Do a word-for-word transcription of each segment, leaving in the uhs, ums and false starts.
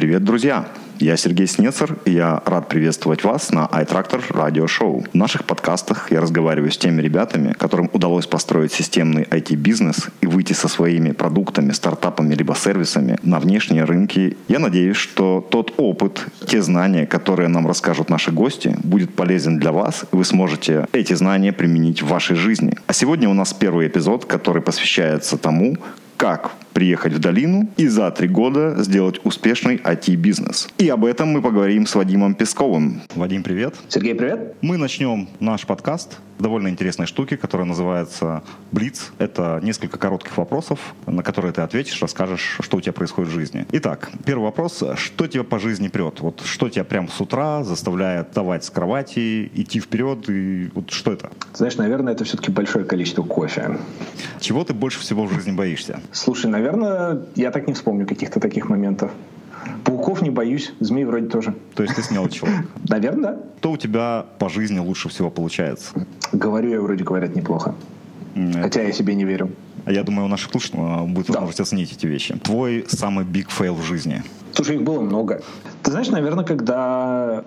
Привет, друзья! Я Сергей Снецер, и я рад приветствовать вас на iTractor Radio Show. В наших подкастах я разговариваю с теми ребятами, которым удалось построить системный ай ти-бизнес и выйти со своими продуктами, стартапами либо сервисами на внешние рынки. Я надеюсь, что тот опыт, те знания, которые нам расскажут наши гости, будет полезен для вас, и вы сможете эти знания применить в вашей жизни. А сегодня у нас первый эпизод, который посвящается тому, как приехать в долину и за три года сделать успешный ай ти-бизнес. И об этом мы поговорим с Вадимом Песковым. Вадим, привет. Сергей, привет. Мы начнем наш подкаст с довольно интересной штуки, которая называется Блиц. Это несколько коротких вопросов, на которые ты ответишь, расскажешь, что у тебя происходит в жизни. Итак, первый вопрос. Что тебя по жизни прет? Вот что тебя прямо с утра заставляет вставать с кровати, идти вперед? И вот что это? Знаешь, наверное, это все-таки большое количество кофе. Чего ты больше всего в жизни боишься? Слушай, наверное, я так не вспомню каких-то таких моментов. Пауков не боюсь, змей вроде тоже. То есть ты смелый человек? Наверное, да. Что у тебя по жизни лучше всего получается? Говорю я, вроде говорят, неплохо. Это... Хотя я себе не верю. Я думаю, у наших слушателей будет возможность да. оценить эти вещи. Твой самый big fail в жизни? Слушай, их было много. Ты знаешь, наверное, когда...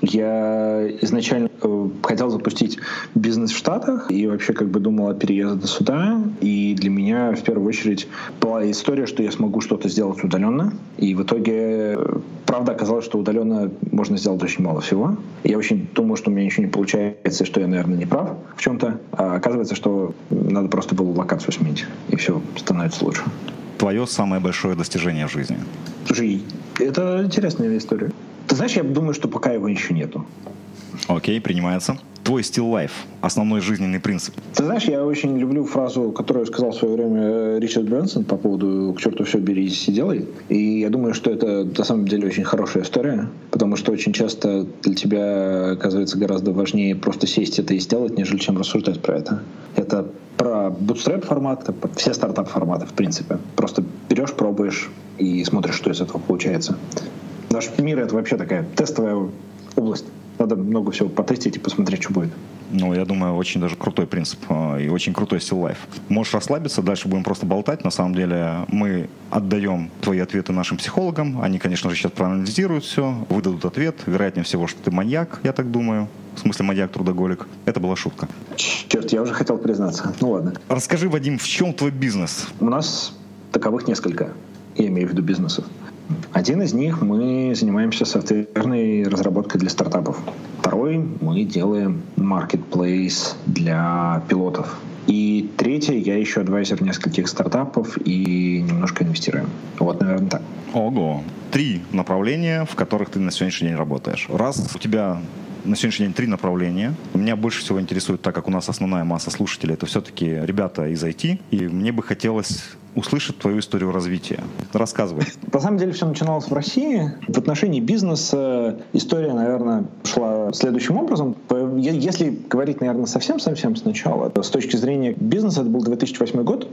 Я изначально э, хотел запустить бизнес в Штатах и вообще как бы думал о переезде сюда. И для меня в первую очередь была история, что я смогу что-то сделать удаленно. И в итоге, правда, оказалось, что удаленно можно сделать очень мало всего. Я очень думал, что у меня ничего не получается, что я, наверное, не прав в чем-то. А оказывается, что надо просто было локацию сменить, и все становится лучше. Твое самое большое достижение в жизни? Слушай, это интересная история. Ты знаешь, я думаю, что пока его еще нету. Окей, принимается. Твой стил лайф, основной жизненный принцип. Ты знаешь, я очень люблю фразу, которую сказал в свое время Ричард Брэнсон по поводу «к черту все, берись и делай». И я думаю, что это на самом деле очень хорошая история, потому что очень часто для тебя оказывается гораздо важнее просто сесть это и сделать, нежели чем рассуждать про это. Это про bootstrap формат, это все стартап-форматы в принципе. Просто берешь, пробуешь и смотришь, что из этого получается. Наш мир — это вообще такая тестовая область. Надо много всего потестить и посмотреть, что будет. Ну, я думаю, очень даже крутой принцип и очень крутой стил лайф. Можешь расслабиться, дальше будем просто болтать. На самом деле мы отдаем твои ответы нашим психологам. Они, конечно же, сейчас проанализируют все, выдадут ответ. Вероятнее всего, что ты маньяк, я так думаю. В смысле, маньяк-трудоголик. Это была шутка. Черт, я уже хотел признаться. Ну ладно. Расскажи, Вадим, в чем твой бизнес? У нас таковых несколько. Я имею в виду бизнесов. Один из них мы занимаемся софтверной разработкой для стартапов. Второй мы делаем маркетплейс для пилотов. И третий, я еще адвайзер нескольких стартапов и немножко инвестируем. Вот, наверное, так. Ого. Три направления, в которых ты на сегодняшний день работаешь. Раз у тебя на сегодняшний день три направления. Меня больше всего интересует, так как у нас основная масса слушателей, это все-таки ребята из ай ти, и мне бы хотелось услышать твою историю развития. Рассказывай. На самом деле все начиналось в России. В отношении бизнеса история, наверное, шла следующим образом. Если говорить, наверное, совсем-совсем сначала, с точки зрения бизнеса, это был две тысячи восьмой год.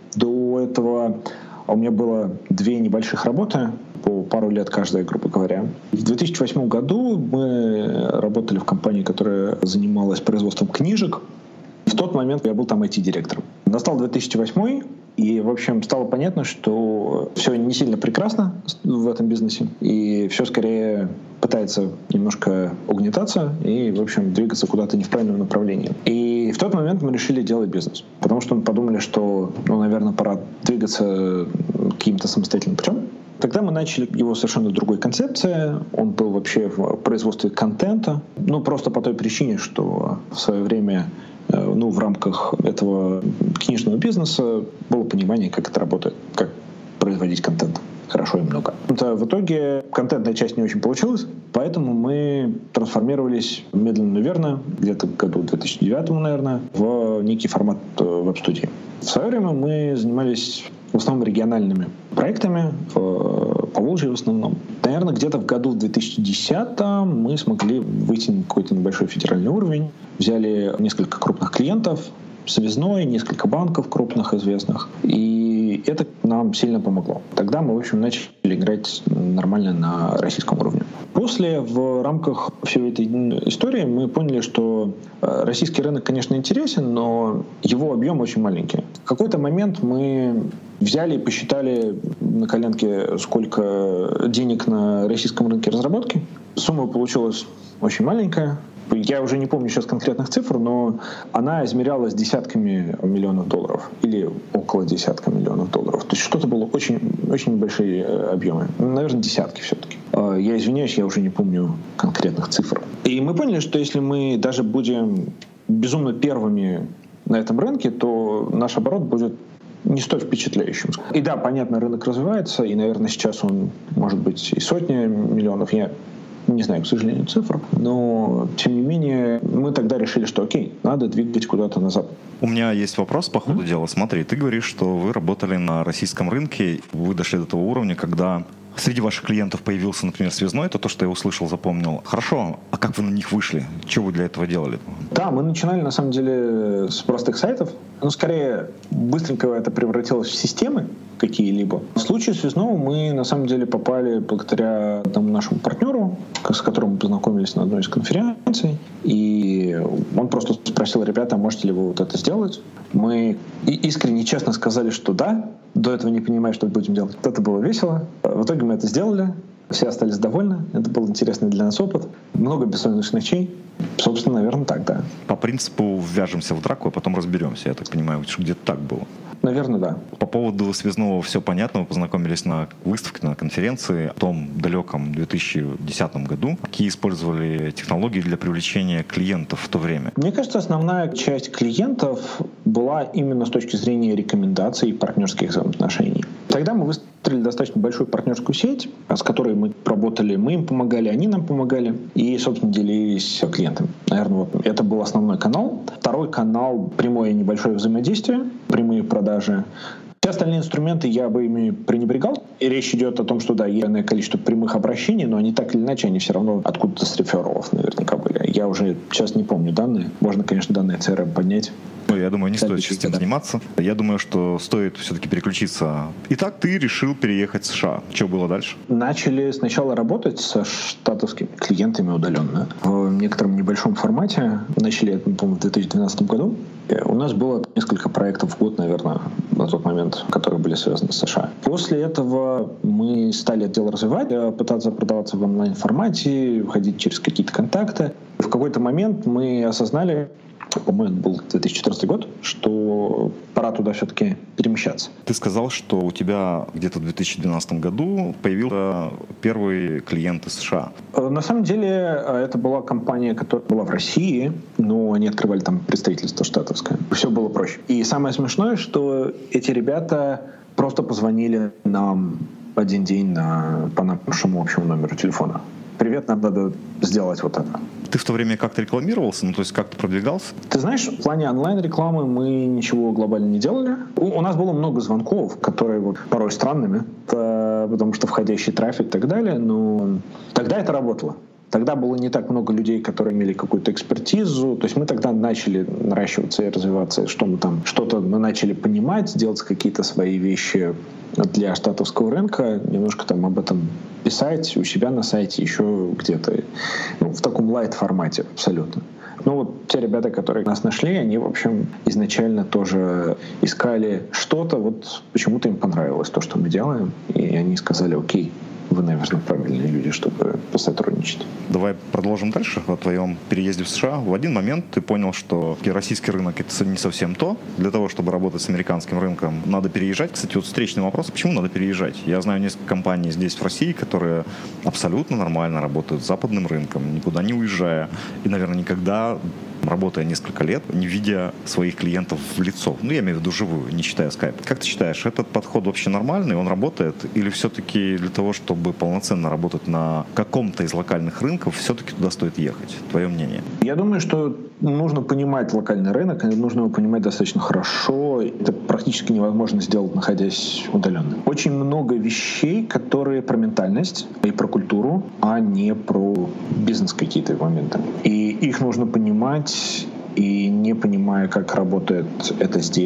До этого у меня было две небольших работы, по пару лет каждая, грубо говоря. В две тысячи восьмом году мы работали в компании, которая занималась производством книжек. В тот момент я был там ай ти-директором. Настал две тысячи восьмой, и, в общем, стало понятно, что все не сильно прекрасно в этом бизнесе, и все скорее пытается немножко угнетаться и, в общем, двигаться куда-то не в правильном направлении. И в тот момент мы решили делать бизнес, потому что мы подумали, что, ну, наверное, пора двигаться каким-то самостоятельным путем. Тогда мы начали его совершенно другой концепции. Он был вообще в производстве контента. Ну, просто по той причине, что в свое время, ну, в рамках этого книжного бизнеса было понимание, как это работает, как производить контент хорошо и много. Это в итоге контентная часть не очень получилась, поэтому мы трансформировались медленно, но верно, где-то в году две тысячи девятом, наверное, в некий формат веб-студии. В свое время мы занимались в основном региональными проектами, в Поволжье в основном. Наверное, где-то в году в две тысячи десятом мы смогли выйти на какой-то небольшой федеральный уровень, взяли несколько крупных клиентов, связной, несколько банков крупных, известных. И это нам сильно помогло. Тогда мы, в общем, начали играть нормально на российском уровне. После, в рамках всей этой истории, мы поняли, что российский рынок, конечно, интересен, но его объем очень маленький. В какой-то момент мы взяли и посчитали на коленке, сколько денег на российском рынке разработки. Сумма получилась очень маленькая. Я уже не помню сейчас конкретных цифр, но она измерялась десятками миллионов долларов или около десятка миллионов долларов. То есть что-то было очень, очень небольшие объемы. Наверное, десятки все-таки. Я извиняюсь, я уже не помню конкретных цифр. И мы поняли, что если мы даже будем безумно первыми на этом рынке, то наш оборот будет не столь впечатляющим. И да, понятно, рынок развивается, и, наверное, сейчас он может быть и сотни миллионов. Я не знаю, к сожалению, цифр, но, тем не менее, мы тогда решили, что окей, надо двигать куда-то на запад. У меня есть вопрос по ходу mm-hmm. дела. Смотри, ты говоришь, что вы работали на российском рынке, вы дошли до того уровня, когда среди ваших клиентов появился, например, связной, это то, что я услышал, запомнил. Хорошо, а как вы на них вышли? Что вы для этого делали? Да, мы начинали, на самом деле, с простых сайтов. Ну, скорее, быстренько это превратилось в системы какие-либо. В случае связного мы, на самом деле, попали благодаря одному нашему партнеру, с которым мы познакомились на одной из конференций. И он просто спросил: ребята, можете ли вы вот это сделать? Мы искренне, честно сказали, что да. До этого не понимая, что будем делать. Это было весело. В итоге мы это сделали. Все остались довольны. Это был интересный для нас опыт. Много бессонных ночей. Собственно, наверное, так, да. По принципу ввяжемся в драку, а потом разберемся. Я так понимаю, что где-то так было. Наверное, да. По поводу связного все понятно. Мы познакомились на выставке, на конференции в том далеком две тысячи десятом году. Какие использовали технологии для привлечения клиентов в то время? Мне кажется, основная часть клиентов была именно с точки зрения рекомендаций и партнерских взаимоотношений. Тогда мы выстроили достаточно большую партнерскую сеть, с которой мы работали, мы им помогали, они нам помогали и, собственно, делились клиентами. Наверное, вот это был основной канал. Второй канал — прямое небольшое взаимодействие, прямые продажи. Все остальные инструменты я бы ими пренебрегал. И речь идет о том, что да, есть огромное количество прямых обращений, но они так или иначе, они все равно откуда-то с рефералов наверняка были. Я уже сейчас не помню данные. Можно, конечно, данные си эр эм поднять. Ну, я думаю, не стоит сейчас этим заниматься. Я думаю, что стоит все-таки переключиться. Итак, ты решил переехать в США. Что было дальше? Начали сначала работать со штатовскими клиентами удаленно в некотором небольшом формате. Начали, по-моему, в две тысячи двенадцатом году. У нас было несколько проектов в год, наверное, на тот момент, которые были связаны с США. После этого мы стали это дело развивать, пытаться продаваться в онлайн-формате, выходить через какие-то контакты. В какой-то момент мы осознали, по-моему, это был две тысячи четырнадцатый год, что пора туда все-таки перемещаться. Ты сказал, что у тебя где-то в две тысячи двенадцатом году появился первый клиент из США. На самом деле, это была компания, которая была в России, но они открывали там представительство штатовское. Все было проще. И самое смешное, что эти ребята просто позвонили нам в один день на, по нашему общему номеру телефона. Привет, нам надо сделать вот это. Ты в то время как-то рекламировался, ну то есть как-то продвигался? Ты знаешь, в плане онлайн-рекламы мы ничего глобально не делали. У, у нас было много звонков, которые вот порой странными, это, потому что входящий трафик и так далее, но тогда это работало. Тогда было не так много людей, которые имели какую-то экспертизу. То есть мы тогда начали наращиваться и развиваться, что мы там что-то мы начали понимать, делать какие-то свои вещи для штатовского рынка, немножко там об этом писать у себя на сайте, еще где-то. Ну, в таком лайт-формате абсолютно. Ну вот те ребята, которые нас нашли, они, в общем, изначально тоже искали что-то, вот почему-то им понравилось то, что мы делаем, и они сказали: окей, вы, наверное, правильные люди, чтобы посотрудничать. Давай продолжим дальше о твоем переезде в США. В один момент ты понял, что российский рынок — это не совсем то. Для того, чтобы работать с американским рынком, надо переезжать. Кстати, вот встречный вопрос: почему надо переезжать? Я знаю несколько компаний здесь, в России, которые абсолютно нормально работают с западным рынком, никуда не уезжая. И, наверное, никогда, работая несколько лет, не видя своих клиентов в лицо. Ну, я имею в виду живую, не считая скайп. Как ты считаешь, этот подход вообще нормальный, он работает? Или все-таки для того, чтобы полноценно работать на каком-то из локальных рынков, все-таки туда стоит ехать? Твое мнение? Я думаю, что нужно понимать локальный рынок, и нужно его понимать достаточно хорошо. Это практически невозможно сделать, находясь удаленно. Очень много вещей, которые про ментальность и про культуру, а не про бизнес какие-то моменты. И их нужно понимать, и не понимая, как работает это здесь,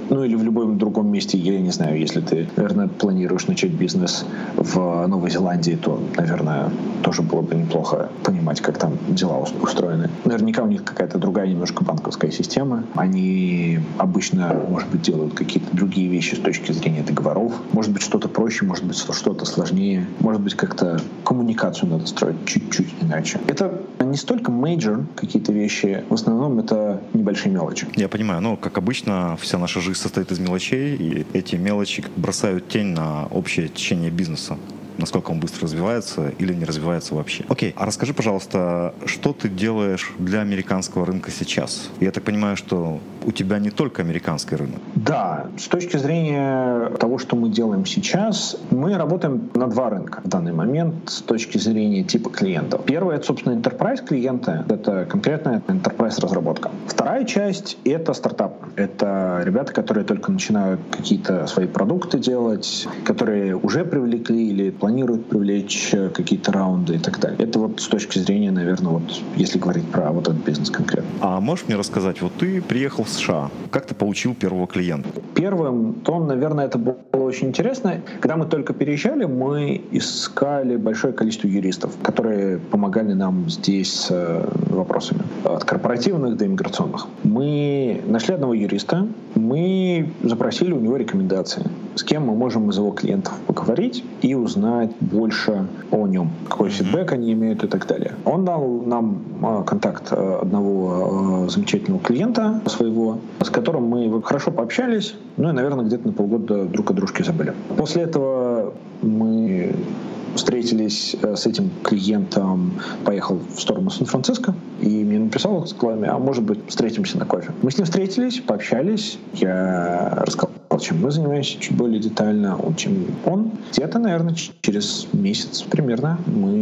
Ну или в любом другом месте, я не знаю, если ты, наверное, планируешь начать бизнес в Новой Зеландии, то, наверное, тоже было бы неплохо понимать, как там дела устроены. Наверняка у них какая-то другая немножко банковская система. Они обычно, может быть, делают какие-то другие вещи с точки зрения договоров. Может быть, что-то проще, может быть, что-то сложнее. Может быть, как-то коммуникацию надо строить чуть-чуть иначе. Это не столько major какие-то вещи, в основном это небольшие мелочи. Я понимаю, ну, как обычно, вся наша жизнь состоит из мелочей, и эти мелочи бросают тень на общее течение бизнеса. Насколько он быстро развивается или не развивается вообще. Окей, а расскажи, пожалуйста, что ты делаешь для американского рынка сейчас? Я так понимаю, что у тебя не только американский рынок. Да, с точки зрения того, что мы делаем сейчас, мы работаем на два рынка в данный момент с точки зрения типа клиентов. Первое — это, собственно, enterprise клиенты, это конкретная enterprise разработка. Вторая часть — это стартап. Это ребята, которые только начинают какие-то свои продукты делать, которые уже привлекли или планируют привлечь какие-то раунды и так далее. Это вот с точки зрения, наверное, вот если говорить про вот этот бизнес конкретно. А можешь мне рассказать, вот ты приехал в США, как ты получил первого клиента? Первым, то, наверное, это было очень интересно. Когда мы только переезжали, мы искали большое количество юристов, которые помогали нам здесь с вопросами от корпоративных до иммиграционных. Мы нашли одного юриста, мы запросили у него рекомендации, с кем мы можем из его клиентов поговорить и узнать больше о нем, какой фидбэк они имеют и так далее. Он дал нам контакт одного замечательного клиента своего, с которым мы хорошо пообщались, ну и, наверное, где-то на полгода друг о дружке забыли. После этого мы встретились с этим клиентом, поехал в сторону Сан-Франциско, и мне написал с словами: а может быть, встретимся на кофе. Мы с ним встретились, пообщались, я рассказал, чем мы занимаемся чуть более детально, он чем он. Где-то, наверное, через месяц примерно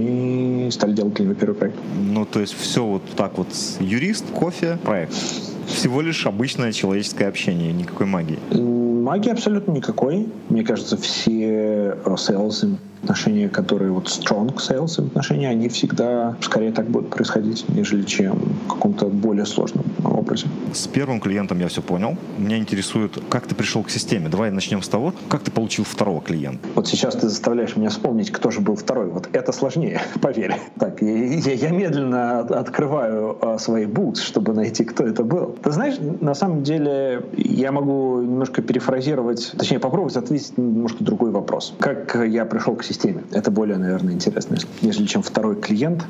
мы стали делать для него первый проект. Ну, то есть все вот так вот: юрист, кофе, проект. Всего лишь обычное человеческое общение, никакой магии. Магии абсолютно никакой. Мне кажется, все sales отношения, которые вот strong sales отношения, они всегда скорее так будут происходить, нежели чем в каком-то более сложном образе. С первым клиентом я все понял. Меня интересует, как ты пришел к системе. Давай начнем с того, как ты получил второго клиента. Вот сейчас ты заставляешь меня вспомнить, кто же был второй. Вот это сложнее, поверь. Так, я, я, я медленно открываю а, свои boots, чтобы найти, кто это был. Ты знаешь, на самом деле я могу немножко перефразировать, точнее попробовать ответить на немножко другой вопрос. Как я пришел к системе? Это более, наверное, интересно, нежели чем второй клиент.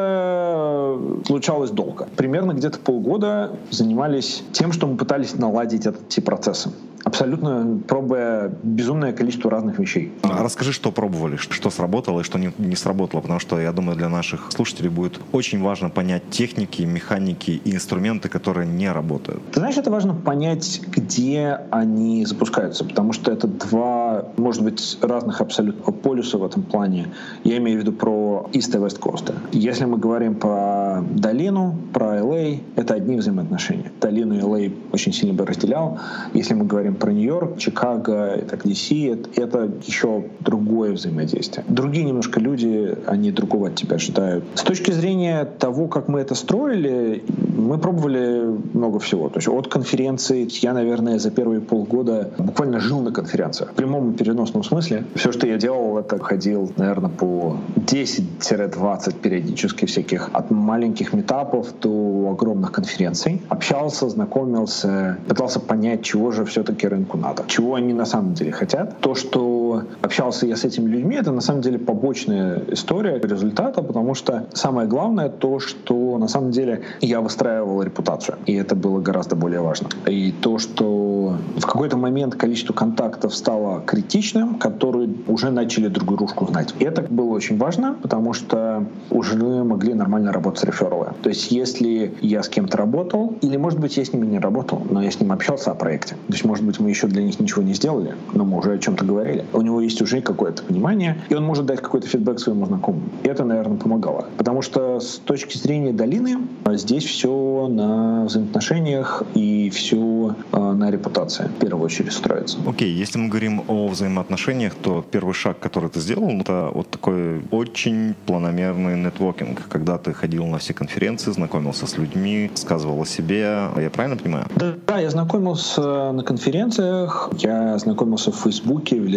Это случалось долго. Примерно где-то полгода занимались тем, что мы пытались наладить эти процессы. Абсолютно пробуя безумное количество разных вещей. А расскажи, что пробовали, что сработало и что не, не сработало, потому что, я думаю, для наших слушателей будет очень важно понять техники, механики и инструменты, которые не работают. Ты знаешь, это важно понять, где они запускаются, потому что это два, может быть, разных абсолютно полюса в этом плане. Я имею в виду про East и West Coast. Если мы говорим про долину, про эл эй, это одни взаимоотношения. Долину и эл эй очень сильно бы разделял. Если мы говорим про Нью-Йорк, Чикаго, и так ди си, это еще другое взаимодействие. Другие немножко люди, они другого от тебя ожидают. С точки зрения того, как мы это строили, мы пробовали много всего. То есть от конференции я, наверное, за первые полгода буквально жил на конференциях. В прямом и переносном смысле. Все, что я делал, это ходил, наверное, по десять-двадцать периодически всяких, от маленьких митапов до огромных конференций. Общался, знакомился, пытался понять, чего же все-таки рынку надо, чего они на самом деле хотят. То, что общался я с этими людьми, это на самом деле побочная история результата, потому что самое главное то, что на самом деле я выстраивал репутацию, и это было гораздо более важно. И то, что в какой-то момент количество контактов стало критичным, которые уже начали друг дружку знать. И это было очень важно, потому что уже могли нормально работать с рефералами. То есть если я с кем-то работал, или, может быть, я с ними не работал, но я с ним общался о проекте. То есть, может быть, мы еще для них ничего не сделали, но мы уже о чем-то говорили. У него есть уже какое-то понимание, и он может дать какой-то фидбэк своему знакомому. И это, наверное, помогало. Потому что с точки зрения долины здесь все все на взаимоотношениях и все на репутации в первую очередь строится. Окей, okay, если мы говорим о взаимоотношениях, то первый шаг, который ты сделал, это вот такой очень планомерный нетворкинг, когда ты ходил на все конференции, знакомился с людьми, сказывал о себе. Я правильно понимаю? Да, да, я знакомился на конференциях, я знакомился в Фейсбуке, в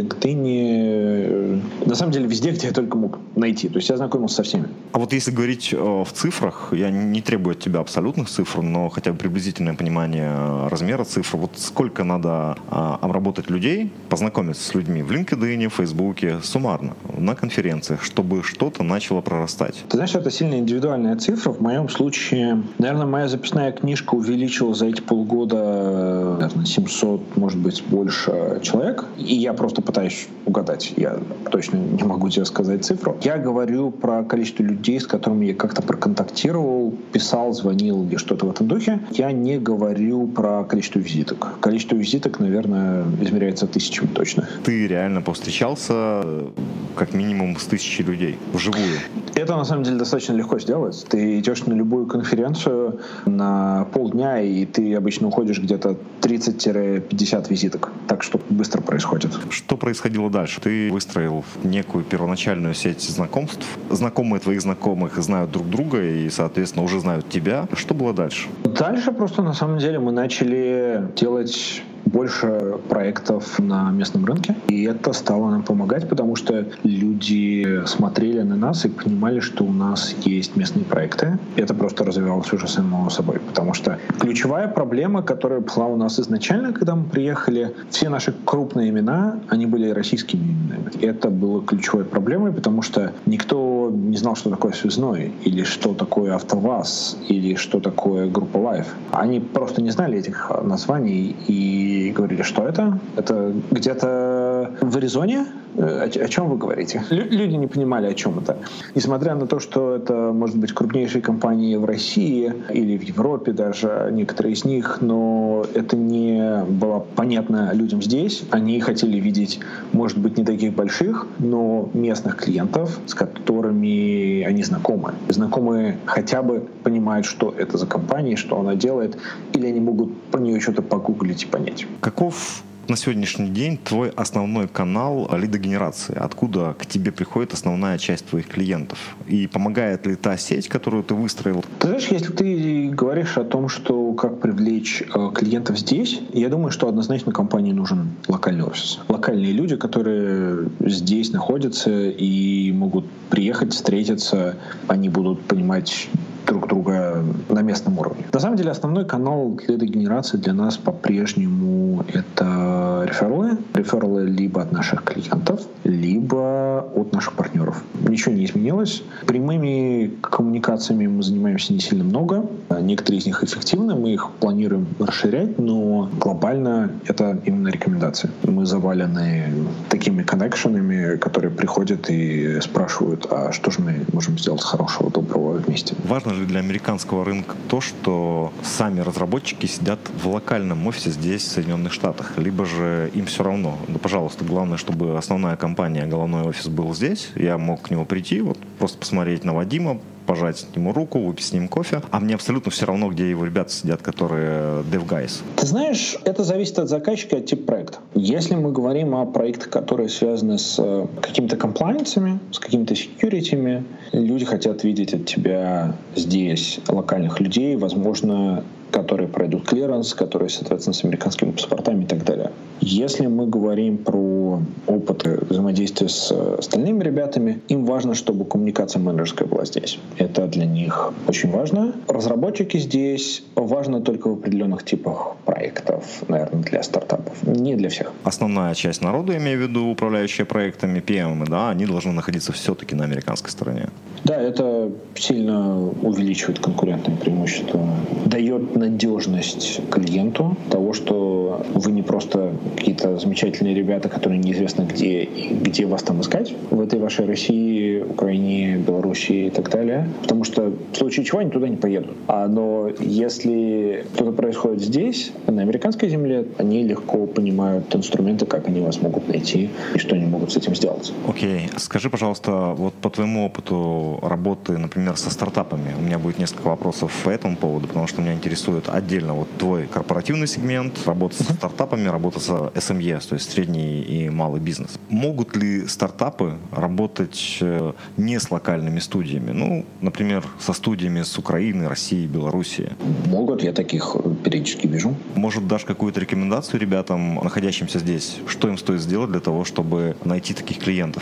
LinkedIn, на самом деле везде, где я только мог найти. То есть я знакомился со всеми. А вот если говорить в цифрах, я не требую от тебя абсолютных цифр, но хотя бы приблизительное понимание размера цифр. Вот сколько надо а, обработать людей, познакомиться с людьми в LinkedIn, в Фейсбуке, суммарно, на конференциях, чтобы что-то начало прорастать? Ты знаешь, это сильно индивидуальная цифра. В моем случае, наверное, моя записная книжка увеличила за эти полгода, наверное, семьсот, может быть, больше человек. И я просто пытаюсь угадать. Я точно не могу тебе сказать цифру. Я говорю про количество людей, с которыми я как-то проконтактировал, писал, звонил или что-то в этом духе. Я не говорю про количество визиток. Количество визиток, наверное, измеряется тысячами точно. Ты реально повстречался как минимум с тысячей людей вживую? Это, на самом деле, достаточно легко сделать. Ты идешь на любую конференцию на полдня, и ты обычно уходишь где-то тридцать-пятьдесят визиток. Так что быстро происходит. Что происходило дальше? Ты выстроил некую первоначальную сеть знакомств. Знакомые твоих знакомых знают друг друга и, соответственно, уже знают тебя. Что было дальше? Дальше просто, на самом деле, мы начали делать больше проектов на местном рынке. И это стало нам помогать, потому что люди смотрели на нас и понимали, что у нас есть местные проекты. И это просто развивалось уже само собой. Потому что ключевая проблема, которая была у нас изначально, когда мы приехали, все наши крупные имена, они были российскими именами. И это было ключевой проблемой, потому что никто не знал, что такое связной, или что такое АвтоВАЗ, или что такое Группа Лайф. Они просто не знали этих названий и и говорили, что это? Это где-то в Аризоне? О, о чем вы говорите? Лю- люди не понимали, о чем это. Несмотря на то, что это, может быть, крупнейшие компании в России или в Европе даже, некоторые из них, но это не было понятно людям здесь. Они хотели видеть, может быть, не таких больших, но местных клиентов, с которыми они знакомы. Знакомые хотя бы понимают, что это за компания, что она делает, или они могут по нее что-то погуглить и понять. Каков на сегодняшний день твой основной канал лидогенерации? Откуда к тебе приходит основная часть твоих клиентов? И помогает ли та сеть, которую ты выстроил? Ты знаешь, если ты говоришь о том, что как привлечь э, клиентов здесь, я думаю, что однозначно компании нужен локальный офис. Локальные люди, которые здесь находятся и могут приехать, встретиться, они будут понимать друг друга на местном уровне. На самом деле основной канал лидогенерации для нас по-прежнему это рефералы. Рефералы либо от наших клиентов, либо от наших партнеров. Ничего не изменилось. Прямыми коммуникациями мы занимаемся не сильно много. Некоторые из них эффективны, мы их планируем расширять, но глобально это именно рекомендации. Мы завалены такими коннекшенами, которые приходят и спрашивают, а что же мы можем сделать хорошего, доброго вместе. Важно ли для американского рынка то, что сами разработчики сидят в локальном офисе здесь, в Соединенных Штатах, либо же им все равно? Ну, пожалуйста, главное, чтобы основная компания, головной офис был здесь, я мог к нему прийти, вот просто посмотреть на Вадима, пожать ему руку, выпить с ним кофе, а мне абсолютно все равно, где его ребята сидят, которые dev guys. Ты знаешь, это зависит от заказчика, от типа проекта. Если мы говорим о проектах, которые связаны с какими-то комплайенсами, с какими-то секьюритями, люди хотят видеть от тебя здесь локальных людей, возможно, которые пройдут клиренс, которые, соответственно, с американскими паспортами и так далее. Если мы говорим про опыт взаимодействия с остальными ребятами, им важно, чтобы коммуникация менеджерская была здесь. Это для них очень важно. Разработчики здесь важно только в определенных типах проектов, наверное, для стартапов. Не для всех. Основная часть народа, я имею в виду управляющие проектами, пи эм, да, они должны находиться все-таки на американской стороне. Да, это сильно увеличивает конкурентное преимущество, дает надежность клиенту того, что вы не просто какие-то замечательные ребята, которые неизвестно где и где вас там искать. В этой вашей России Украине, Белоруссии и так далее. Потому что в случае чего они туда не поедут. А, но если что-то происходит здесь, на американской земле, они легко понимают инструменты, как они вас могут найти и что они могут с этим сделать. Окей. Okay. Скажи, пожалуйста, вот по твоему опыту работы, например, со стартапами, у меня будет несколько вопросов по этому поводу, потому что меня интересует отдельно вот твой корпоративный сегмент, работа со стартапами, работа с эс эм и, то есть средний и малый бизнес. Могут ли стартапы работать не с локальными студиями? Ну, например, со студиями с Украины, России, Белоруссии? Могут, я таких периодически вижу. Может, дашь какую-то рекомендацию ребятам, находящимся здесь? Что им стоит сделать для того, чтобы найти таких клиентов?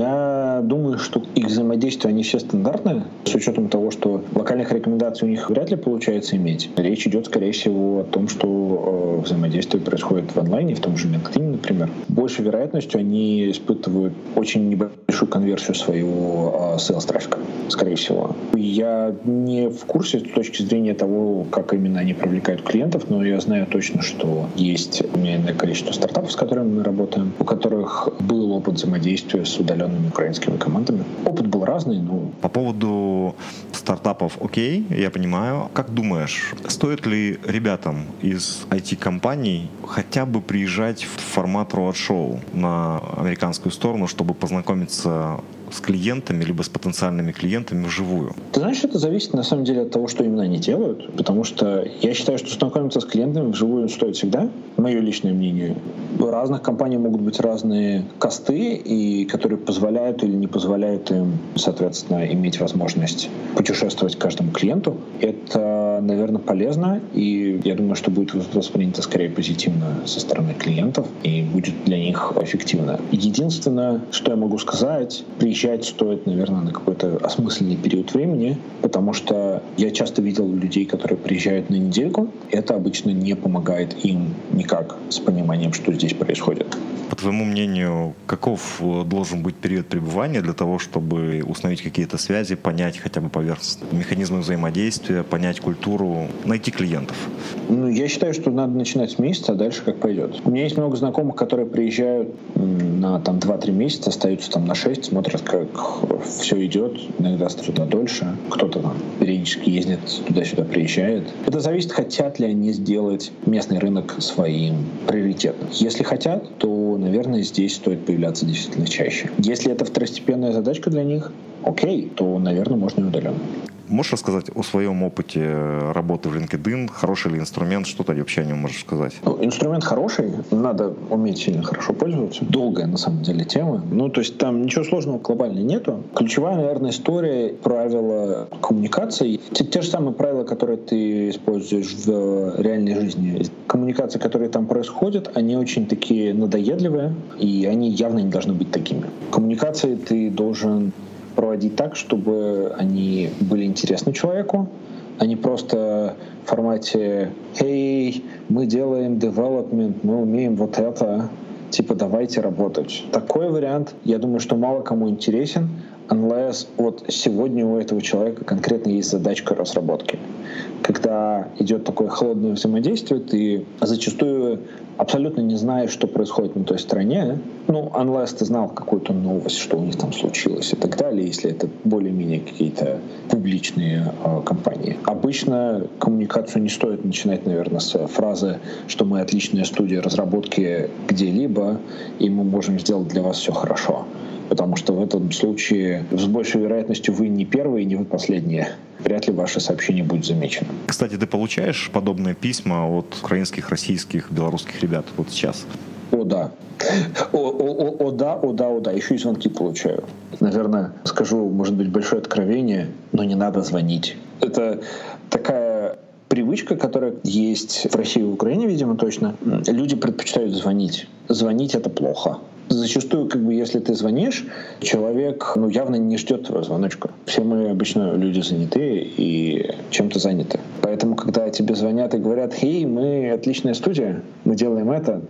Я думаю, что их взаимодействия, они все стандартные, с учетом того, что локальных рекомендаций у них вряд ли получается иметь. Речь идет, скорее всего, о том, что э, взаимодействие происходит в онлайне, в том же LinkedIn, например. Большей вероятностью они испытывают очень небольшую конверсию своего э, sales-трафика, скорее всего. Я не в курсе с точки зрения того, как именно они привлекают клиентов, но я знаю точно, что есть умеренное количество стартапов, с которыми мы работаем, у которых был опыт взаимодействия с удаленными украинскими командами. Опыт был разный, но... По поводу стартапов, окей, я понимаю. Как думаешь, стоит ли ребятам из ай ти-компаний хотя бы приезжать в формат роад-шоу на американскую сторону, чтобы познакомиться с клиентами, либо с потенциальными клиентами вживую? Ты знаешь, это зависит на самом деле от того, что именно они делают, потому что я считаю, что знакомиться с клиентами вживую стоит всегда. Мое личное мнение. У разных компаний могут быть разные косты, и которые позволяют или не позволяют им, соответственно, иметь возможность путешествовать к каждому клиенту. Это, наверное, полезно, и я думаю, что будет воспринято скорее позитивно со стороны клиентов, и будет для них эффективно. Единственное, что я могу сказать, приезжать стоит, наверное, на какой-то осмысленный период времени, потому что я часто видел людей, которые приезжают на недельку. Это обычно не помогает им никак с пониманием, что здесь происходит. По твоему мнению, каков должен быть период пребывания для того, чтобы установить какие-то связи, понять хотя бы поверхностно механизмы взаимодействия, понять культуру, найти клиентов? Ну, я считаю, что надо начинать с месяца, а дальше как пойдет. У меня есть много знакомых, которые приезжают на там, два-три месяца, остаются там на шесть, смотрят, как все идет, иногда остаются дольше. Кто-то там периодически ездит туда-сюда, приезжает. Это зависит, хотят ли они сделать местный рынок своим приоритетом. Если хотят, то, наверное, здесь стоит появляться действительно чаще. Если это второстепенная задачка для них, окей, то, наверное, можно и удаленно. Можешь рассказать о своем опыте работы в LinkedIn? Хороший ли инструмент? Что ты вообще о нем можешь сказать? Ну, инструмент хороший, надо уметь сильно хорошо пользоваться. Долгая, на самом деле, тема. Ну, то есть там ничего сложного глобально нету. Ключевая, наверное, история, правила коммуникации. Те, те же самые правила, которые ты используешь в реальной жизни. Коммуникации, которые там происходят, они очень такие надоедливые, и они явно не должны быть такими. Коммуникации ты должен проводить так, чтобы они были интересны человеку, а не просто в формате «Эй, мы делаем development, мы умеем вот это, типа давайте работать». Такой вариант, я думаю, что мало кому интересен, unless вот сегодня у этого человека конкретно есть задачка разработки. Когда идет такое холодное взаимодействие, ты зачастую абсолютно не знаешь, что происходит на той стороне. Ну, unless ты знал какую-то новость, что у них там случилось и так далее, если это более-менее какие-то публичные э, компании. Обычно коммуникацию не стоит начинать, наверное, с фразы, что мы отличная студия разработки где-либо, и мы можем сделать для вас все хорошо. Потому что в этом случае с большей вероятностью вы не первые, не вы последние. Вряд ли ваше сообщение будет замечено. Кстати, ты получаешь подобные письма от украинских, российских, белорусских ребят вот сейчас? О, да. О, о, о, о, да, о, да, о, да. Еще и звонки получаю. Наверное, скажу, может быть, большое откровение, но не надо звонить. Это такая привычка, которая есть в России и в Украине, видимо, точно. Люди предпочитают звонить. Звонить — это плохо. Зачастую, как бы, если ты звонишь, человек ну, явно не ждет твоего звоночка. Все мы обычно люди занятые и чем-то заняты. Поэтому, когда тебе звонят и говорят: «Хей, мы отличная студия, мы делаем это»,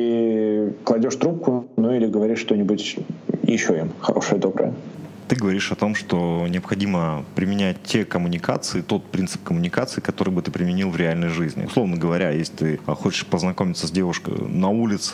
ты кладешь трубку, ну или говоришь что-нибудь еще им хорошее, доброе. Ты говоришь о том, что необходимо применять те коммуникации, тот принцип коммуникации, который бы ты применил в реальной жизни. Условно говоря, если ты хочешь познакомиться с девушкой на улице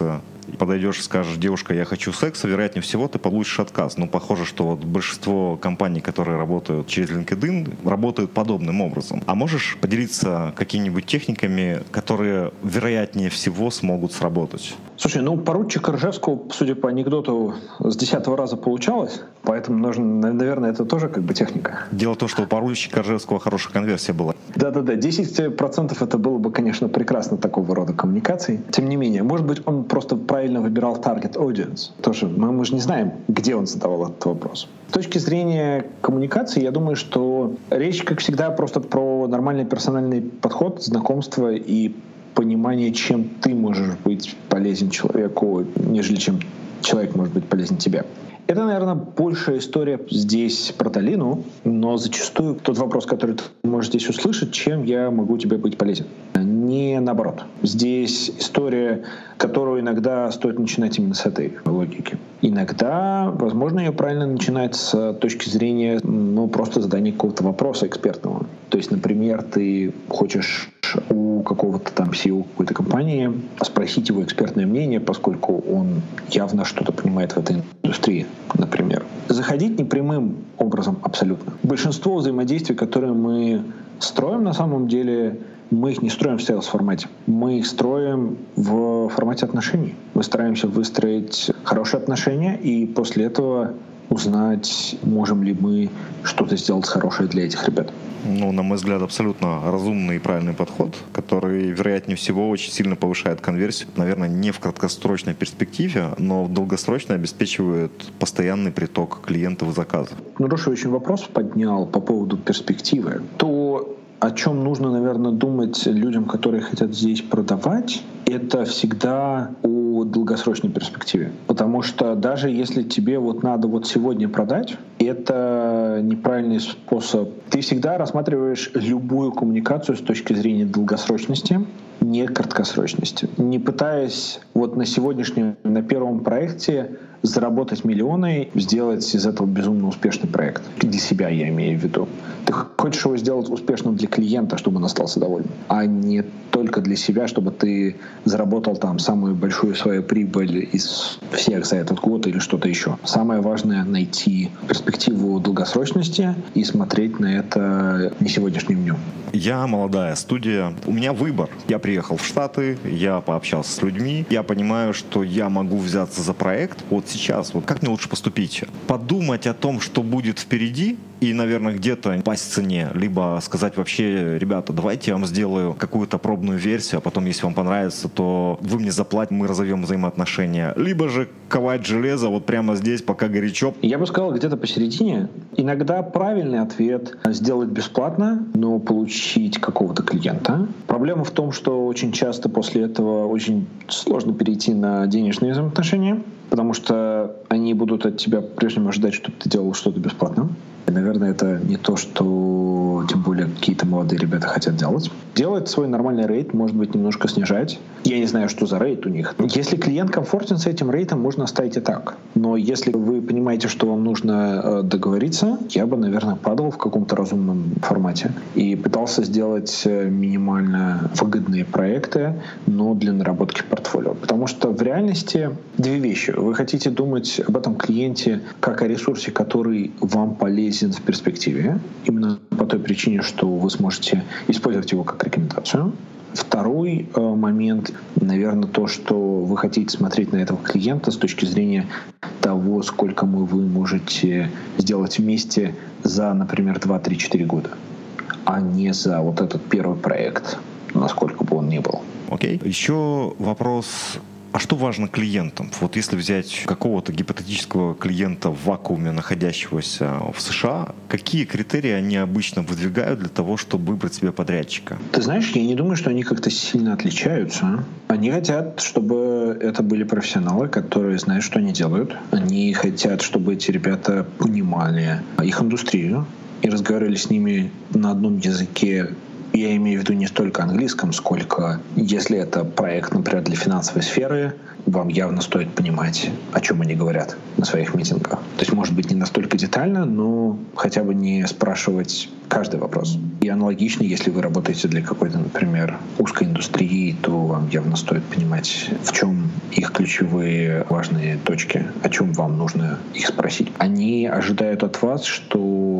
подойдешь и скажешь: девушка, я хочу секса, вероятнее всего ты получишь отказ. Но похоже, что вот большинство компаний, которые работают через LinkedIn, работают подобным образом. А можешь поделиться какими-нибудь техниками, которые вероятнее всего смогут сработать? Слушай, ну, поручика Ржевского, судя по анекдоту, с десятого раза получалось, поэтому нужно, наверное, это тоже как бы техника. Дело в том, что у поручика Ржевского хорошая конверсия была. Да-да-да, десять процентов это было бы, конечно, прекрасно такого рода коммуникаций. Тем не менее, может быть, он просто правильно выбирал target audience. Тоже мы, мы же не знаем, где он задавал этот вопрос. С точки зрения коммуникации, я думаю, что речь, как всегда, просто про нормальный персональный подход, знакомство и понимание, чем ты можешь быть полезен человеку, нежели чем человек может быть полезен тебе. Это, наверное, большая история здесь про долину, но зачастую тот вопрос, который ты можешь здесь услышать: чем я могу тебе быть полезен? Не наоборот. Здесь история, которую иногда стоит начинать именно с этой логики. Иногда, возможно, ее правильно начинать с точки зрения, ну, просто задания какого-то вопроса экспертного. То есть, например, ты хочешь у какого-то там си и о какой-то компании спросить его экспертное мнение, поскольку он явно что-то понимает в этой индустрии, например. Заходить непрямым образом абсолютно. Большинство взаимодействий, которые мы строим, на самом деле, мы их не строим в сейлс-формате. Мы их строим в формате отношений. Мы стараемся выстроить хорошие отношения и после этого узнать, можем ли мы что-то сделать хорошее для этих ребят. Ну, на мой взгляд, абсолютно разумный и правильный подход, который, вероятнее всего, очень сильно повышает конверсию. Наверное, не в краткосрочной перспективе, но в долгосрочной обеспечивает постоянный приток клиентов и заказов. Ну, Роша очень вопрос поднял по поводу перспективы. То, о чем нужно, наверное, думать людям, которые хотят здесь продавать, это всегда о долгосрочной перспективе. Потому что даже если тебе вот надо вот сегодня продать, это неправильный способ. Ты всегда рассматриваешь любую коммуникацию с точки зрения долгосрочности, не краткосрочности. Не пытаясь вот на сегодняшнем, на первом проекте заработать миллионы, сделать из этого безумно успешный проект. Для себя я имею в виду. Ты хочешь его сделать успешным для клиента, чтобы он остался доволен, а не только для себя, чтобы ты заработал там самую большую свою прибыль из всех за этот год или что-то еще. Самое важное — найти перспективу долгосрочности и смотреть на это не сегодняшним днем. Я молодая студия, у меня выбор. Я приехал в Штаты, я пообщался с людьми, я понимаю, что я могу взяться за проект вот сейчас. Вот как мне лучше поступить? Подумать о том, что будет впереди, и, наверное, где-то пасть в цене, либо сказать вообще: ребята, давайте я вам сделаю какую-то пробную версию, а потом, если вам понравится, то вы мне заплатите, мы разовьем взаимоотношения. Либо же ковать железо вот прямо здесь, пока горячо. Я бы сказал, где-то посередине. Иногда правильный ответ — сделать бесплатно, но получить какого-то клиента. Проблема в том, что очень часто после этого очень сложно перейти на денежные взаимоотношения, потому что они будут от тебя прежнему ожидать, чтобы ты делал что-то бесплатно. И, наверное, это не то, что тем более какие-то молодые ребята хотят делать. Делать свой нормальный рейт, может быть, немножко снижать. Я не знаю, что за рейт у них. Если клиент комфортен с этим рейтом, можно оставить и так. Но если вы понимаете, что вам нужно договориться, я бы, наверное, падал в каком-то разумном формате и пытался сделать минимально выгодные проекты, но для наработки портфолио. Потому что в реальности две вещи. Вы хотите думать об этом клиенте как о ресурсе, который вам полезен в перспективе, именно по той причине, что вы сможете использовать его как рекомендацию. Второй э, момент, наверное, то, что вы хотите смотреть на этого клиента с точки зрения того, сколько мы, вы можете сделать вместе за, например, два, три, четыре года, а не за вот этот первый проект, насколько бы он ни был. Окей. Okay. Еще вопрос. А что важно клиентам? Вот если взять какого-то гипотетического клиента в вакууме, находящегося в США, какие критерии они обычно выдвигают для того, чтобы выбрать себе подрядчика? Ты знаешь, я не думаю, что они как-то сильно отличаются. Они хотят, чтобы это были профессионалы, которые знают, что они делают. Они хотят, чтобы эти ребята понимали их индустрию и разговаривали с ними на одном языке. Я имею в виду не столько английском, сколько, если это проект, например, для финансовой сферы, вам явно стоит понимать, о чем они говорят на своих митингах. То есть, может быть, не настолько детально, но хотя бы не спрашивать каждый вопрос. И аналогично, если вы работаете для какой-то, например, узкой индустрии, то вам явно стоит понимать, в чем их ключевые важные точки, о чем вам нужно их спросить. Они ожидают от вас, что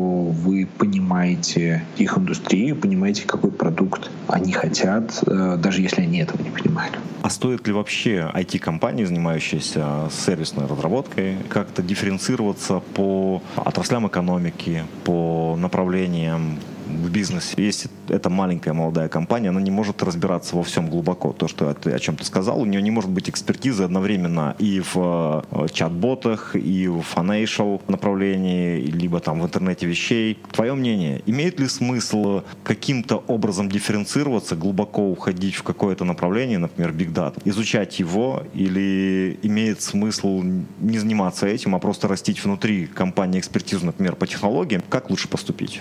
вы понимаете их индустрию, понимаете, какой продукт они хотят, даже если они этого не понимают. А стоит ли вообще ай ти-компании, занимающиеся сервисной разработкой, как-то дифференцироваться по отраслям экономики, по направлениям в бизнесе? Если это маленькая молодая компания, она не может разбираться во всем глубоко. То, что ты, о чем ты сказал, у нее не может быть экспертизы одновременно и в чат-ботах, и в financial направлении, либо там в интернете вещей. Твое мнение, имеет ли смысл каким-то образом дифференцироваться, глубоко уходить в какое-то направление, например, Big Data, изучать его, или имеет смысл не заниматься этим, а просто растить внутри компании экспертизу, например, по технологиям? Как лучше поступить?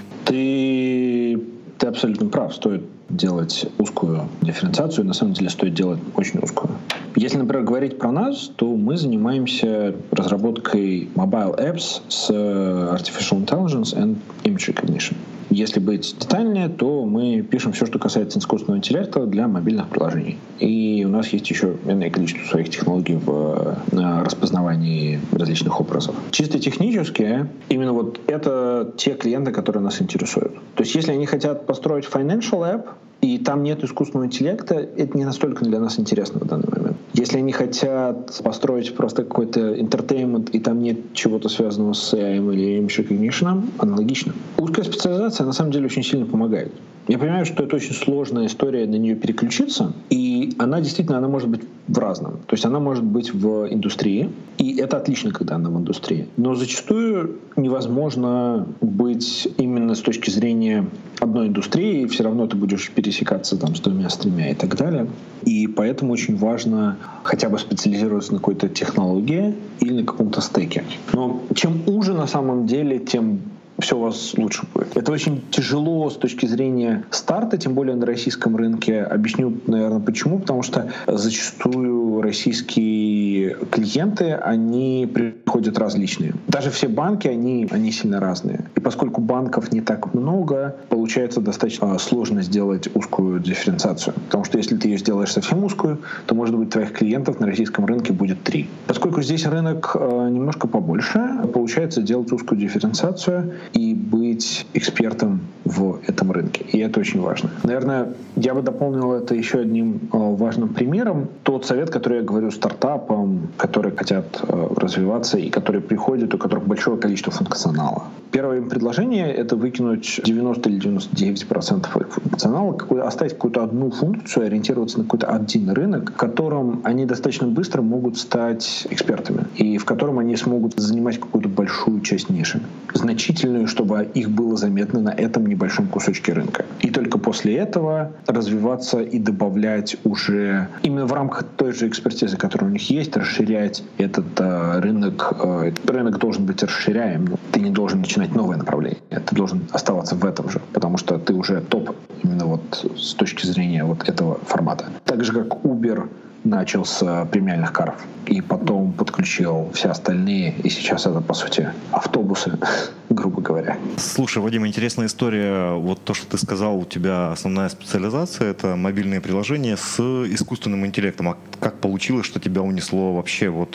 Ты Ты абсолютно прав. Стоит делать узкую дифференциацию. На самом деле стоит делать очень узкую. Если, например, говорить про нас, то мы занимаемся разработкой mobile apps с Artificial Intelligence and Image Recognition. Если быть детальнее, то мы пишем все, что касается искусственного интеллекта для мобильных приложений. И у нас есть еще иное количество своих технологий в распознавании различных образов. Чисто технически, именно вот это те клиенты, которые нас интересуют. То есть если они хотят построить financial app, и там нет искусственного интеллекта, это не настолько для нас интересно в данный момент. Если они хотят построить просто какой-то entertainment, и там нет чего-то связанного с эй ай или image recognition, аналогично. Узкая специализация на самом деле очень сильно помогает. Я понимаю, что это очень сложная история на нее переключиться, и она действительно она может быть в разном. То есть она может быть в индустрии, и это отлично, когда она в индустрии. Но зачастую невозможно быть именно с точки зрения одной индустрии, и все равно ты будешь пересекаться там с двумя, с тремя и так далее. И поэтому очень важно хотя бы специализироваться на какой-то технологии или на каком-то стеке. Но чем уже на самом деле, тем все у вас лучше будет. Это очень тяжело с точки зрения старта, тем более на российском рынке. Объясню, наверное, почему. Потому что зачастую российские клиенты, они приходят различные. Даже все банки, они, они сильно разные. И поскольку банков не так много, получается достаточно сложно сделать узкую дифференциацию. Потому что если ты ее сделаешь совсем узкую, то, может быть, твоих клиентов на российском рынке будет три. Поскольку здесь рынок немножко побольше, получается делать узкую дифференциацию и быть экспертом в этом рынке. И это очень важно. Наверное, я бы дополнил это еще одним важным примером. Тот совет, который я говорю стартапам, которые хотят развиваться и которые приходят, у которых большое количество функционала. Первое им предложение — это выкинуть девяносто или девяносто девять процентов их функционала, оставить какую-то одну функцию, ориентироваться на какой-то один рынок, в котором они достаточно быстро могут стать экспертами и в котором они смогут занимать какую-то большую часть ниши. Значительную, чтобы их было заметно на этом небольшом кусочке рынка. И только после этого развиваться и добавлять уже именно в рамках той же экспертизы, которая у них есть, расширять этот э, рынок. Э, этот рынок должен быть расширяем. Ты не должен начинать новое направление. Ты должен оставаться в этом же, потому что ты уже топ именно вот с точки зрения вот этого формата. Так же, как Uber начал с премиальных карт и потом подключил все остальные, и сейчас это, по сути, автобусы, грубо говоря. Слушай, Вадим, интересная история. Вот то, что ты сказал, у тебя основная специализация — это мобильные приложения с искусственным интеллектом. А как получилось, что тебя унесло вообще вот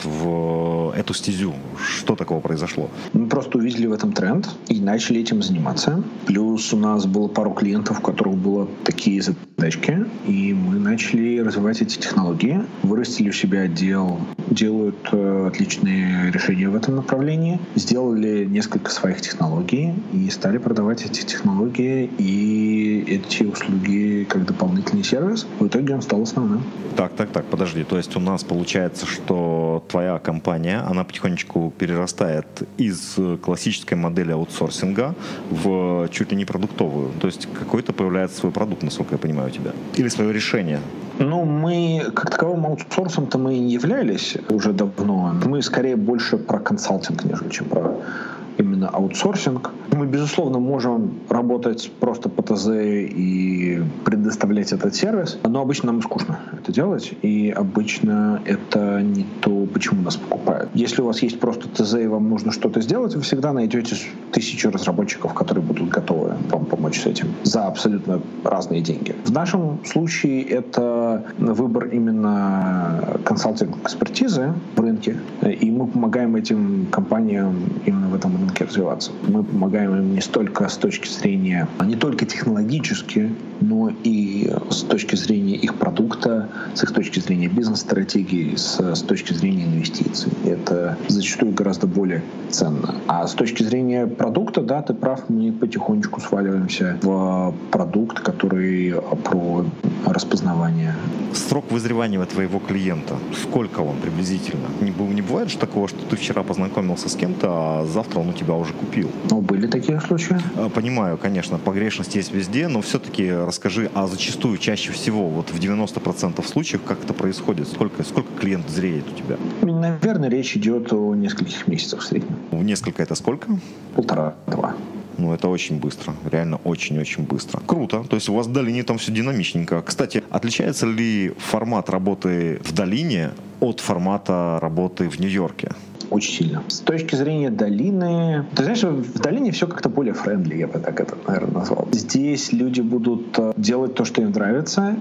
в эту стезю? Что такого произошло? Мы просто увидели в этом тренд и начали этим заниматься. Плюс у нас было пару клиентов, у которых было такие задачки, и мы начали развивать эти технологии, вырастили у себя отдел, делают э, отличные решения в этом направлении, сделали несколько своих технологий и стали продавать эти технологии и эти услуги как дополнительный сервис. В итоге он стал основным. Так, так, так, подожди. То есть у нас получается, что твоя компания, она потихонечку перерастает из классической модели аутсорсинга в чуть ли не продуктовую. То есть какой-то появляется свой продукт, насколько я понимаю, у тебя. Или свое решение. Ну, мы как таковым аутсорсом-то мы и не являлись уже давно. Мы скорее больше про консалтинг, нежели чем про именно аутсорсинг. Мы, безусловно, можем работать просто по ТЗ и предоставлять этот сервис, но обычно нам скучно это делать, и обычно это не то, почему нас покупают. Если у вас есть просто ТЗ и вам нужно что-то сделать, вы всегда найдете тысячу разработчиков, которые будут готовы вам помочь помочь с этим за абсолютно разные деньги. В нашем случае это выбор именно консалтинг-экспертизы в рынке, и мы помогаем этим компаниям именно в этом рынке развиваться. Мы помогаем им не столько с точки зрения, не только технологически, но и с точки зрения их продукта, с их точки зрения бизнес-стратегии, с, с точки зрения инвестиций. Это зачастую гораздо более ценно. А с точки зрения продукта, да, ты прав, мы потихонечку сваливаемся в продукт, который про распознавание. Срок вызревания твоего клиента, сколько он приблизительно? Не, не бывает же такого, что ты вчера познакомился с кем-то, а завтра он у тебя уже купил? Ну, были такие случаи. Понимаю, конечно, погрешность есть везде, но все-таки расскажи, а зачастую чаще всего, вот в девяносто процентов случаев, как это происходит? Сколько, сколько клиент зреет у тебя? Наверное, речь идет о нескольких месяцах в среднем. В несколько это сколько? Полтора-два. Ну, это очень быстро. Реально очень-очень быстро. Круто. То есть у вас в долине там все динамичненько. Кстати, отличается ли формат работы в долине от формата работы в Нью-Йорке? Очень сильно. С точки зрения долины... Ты знаешь, в долине все как-то более френдли, я бы так это, наверное, назвал. Здесь люди будут делать то, что им нравится,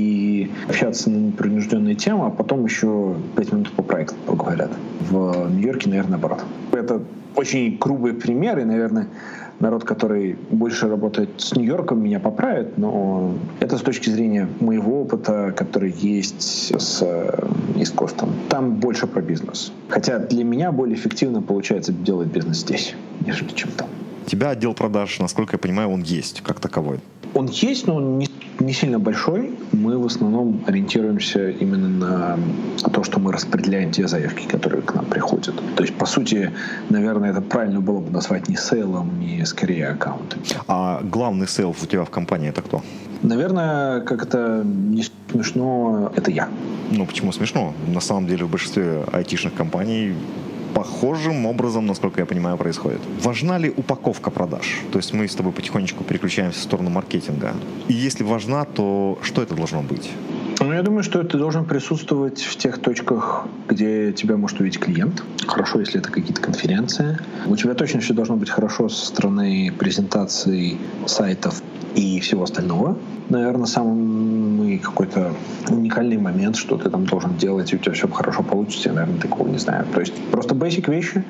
и общаться на непринужденные темы, а потом еще пять минут по проекту поговорят. В Нью-Йорке, наверное, наоборот. Это очень грубый пример, и, наверное, народ, который больше работает с Нью-Йорком, меня поправит, но это с точки зрения моего опыта, который есть с East Coast. Там больше про бизнес. Хотя для меня более эффективно получается делать бизнес здесь, нежели чем там. У тебя отдел продаж, насколько я понимаю, он есть как таковой. Он есть, но он не, не сильно большой. Мы в основном ориентируемся именно на то, что мы распределяем те заявки, которые к нам приходят. То есть, по сути, наверное, это правильно было бы назвать не сейлом, не скорее аккаунтом. А главный сейл у тебя в компании это кто? Наверное, как это не смешно, это я. Ну, почему смешно? На самом деле в большинстве айтишных компаний похожим образом, насколько я понимаю, происходит. Важна ли упаковка продаж? То есть мы с тобой потихонечку переключаемся в сторону маркетинга. И если важна, то что это должно быть? Ну, я думаю, что ты должен присутствовать в тех точках, где тебя может увидеть клиент. Хорошо, если это какие-то конференции. У тебя точно все должно быть хорошо со стороны презентаций, сайтов и всего остального. Наверное, самый какой-то уникальный момент, что ты там должен делать, и у тебя все хорошо получится, я, наверное, такого не знаю. То есть просто basic вещи,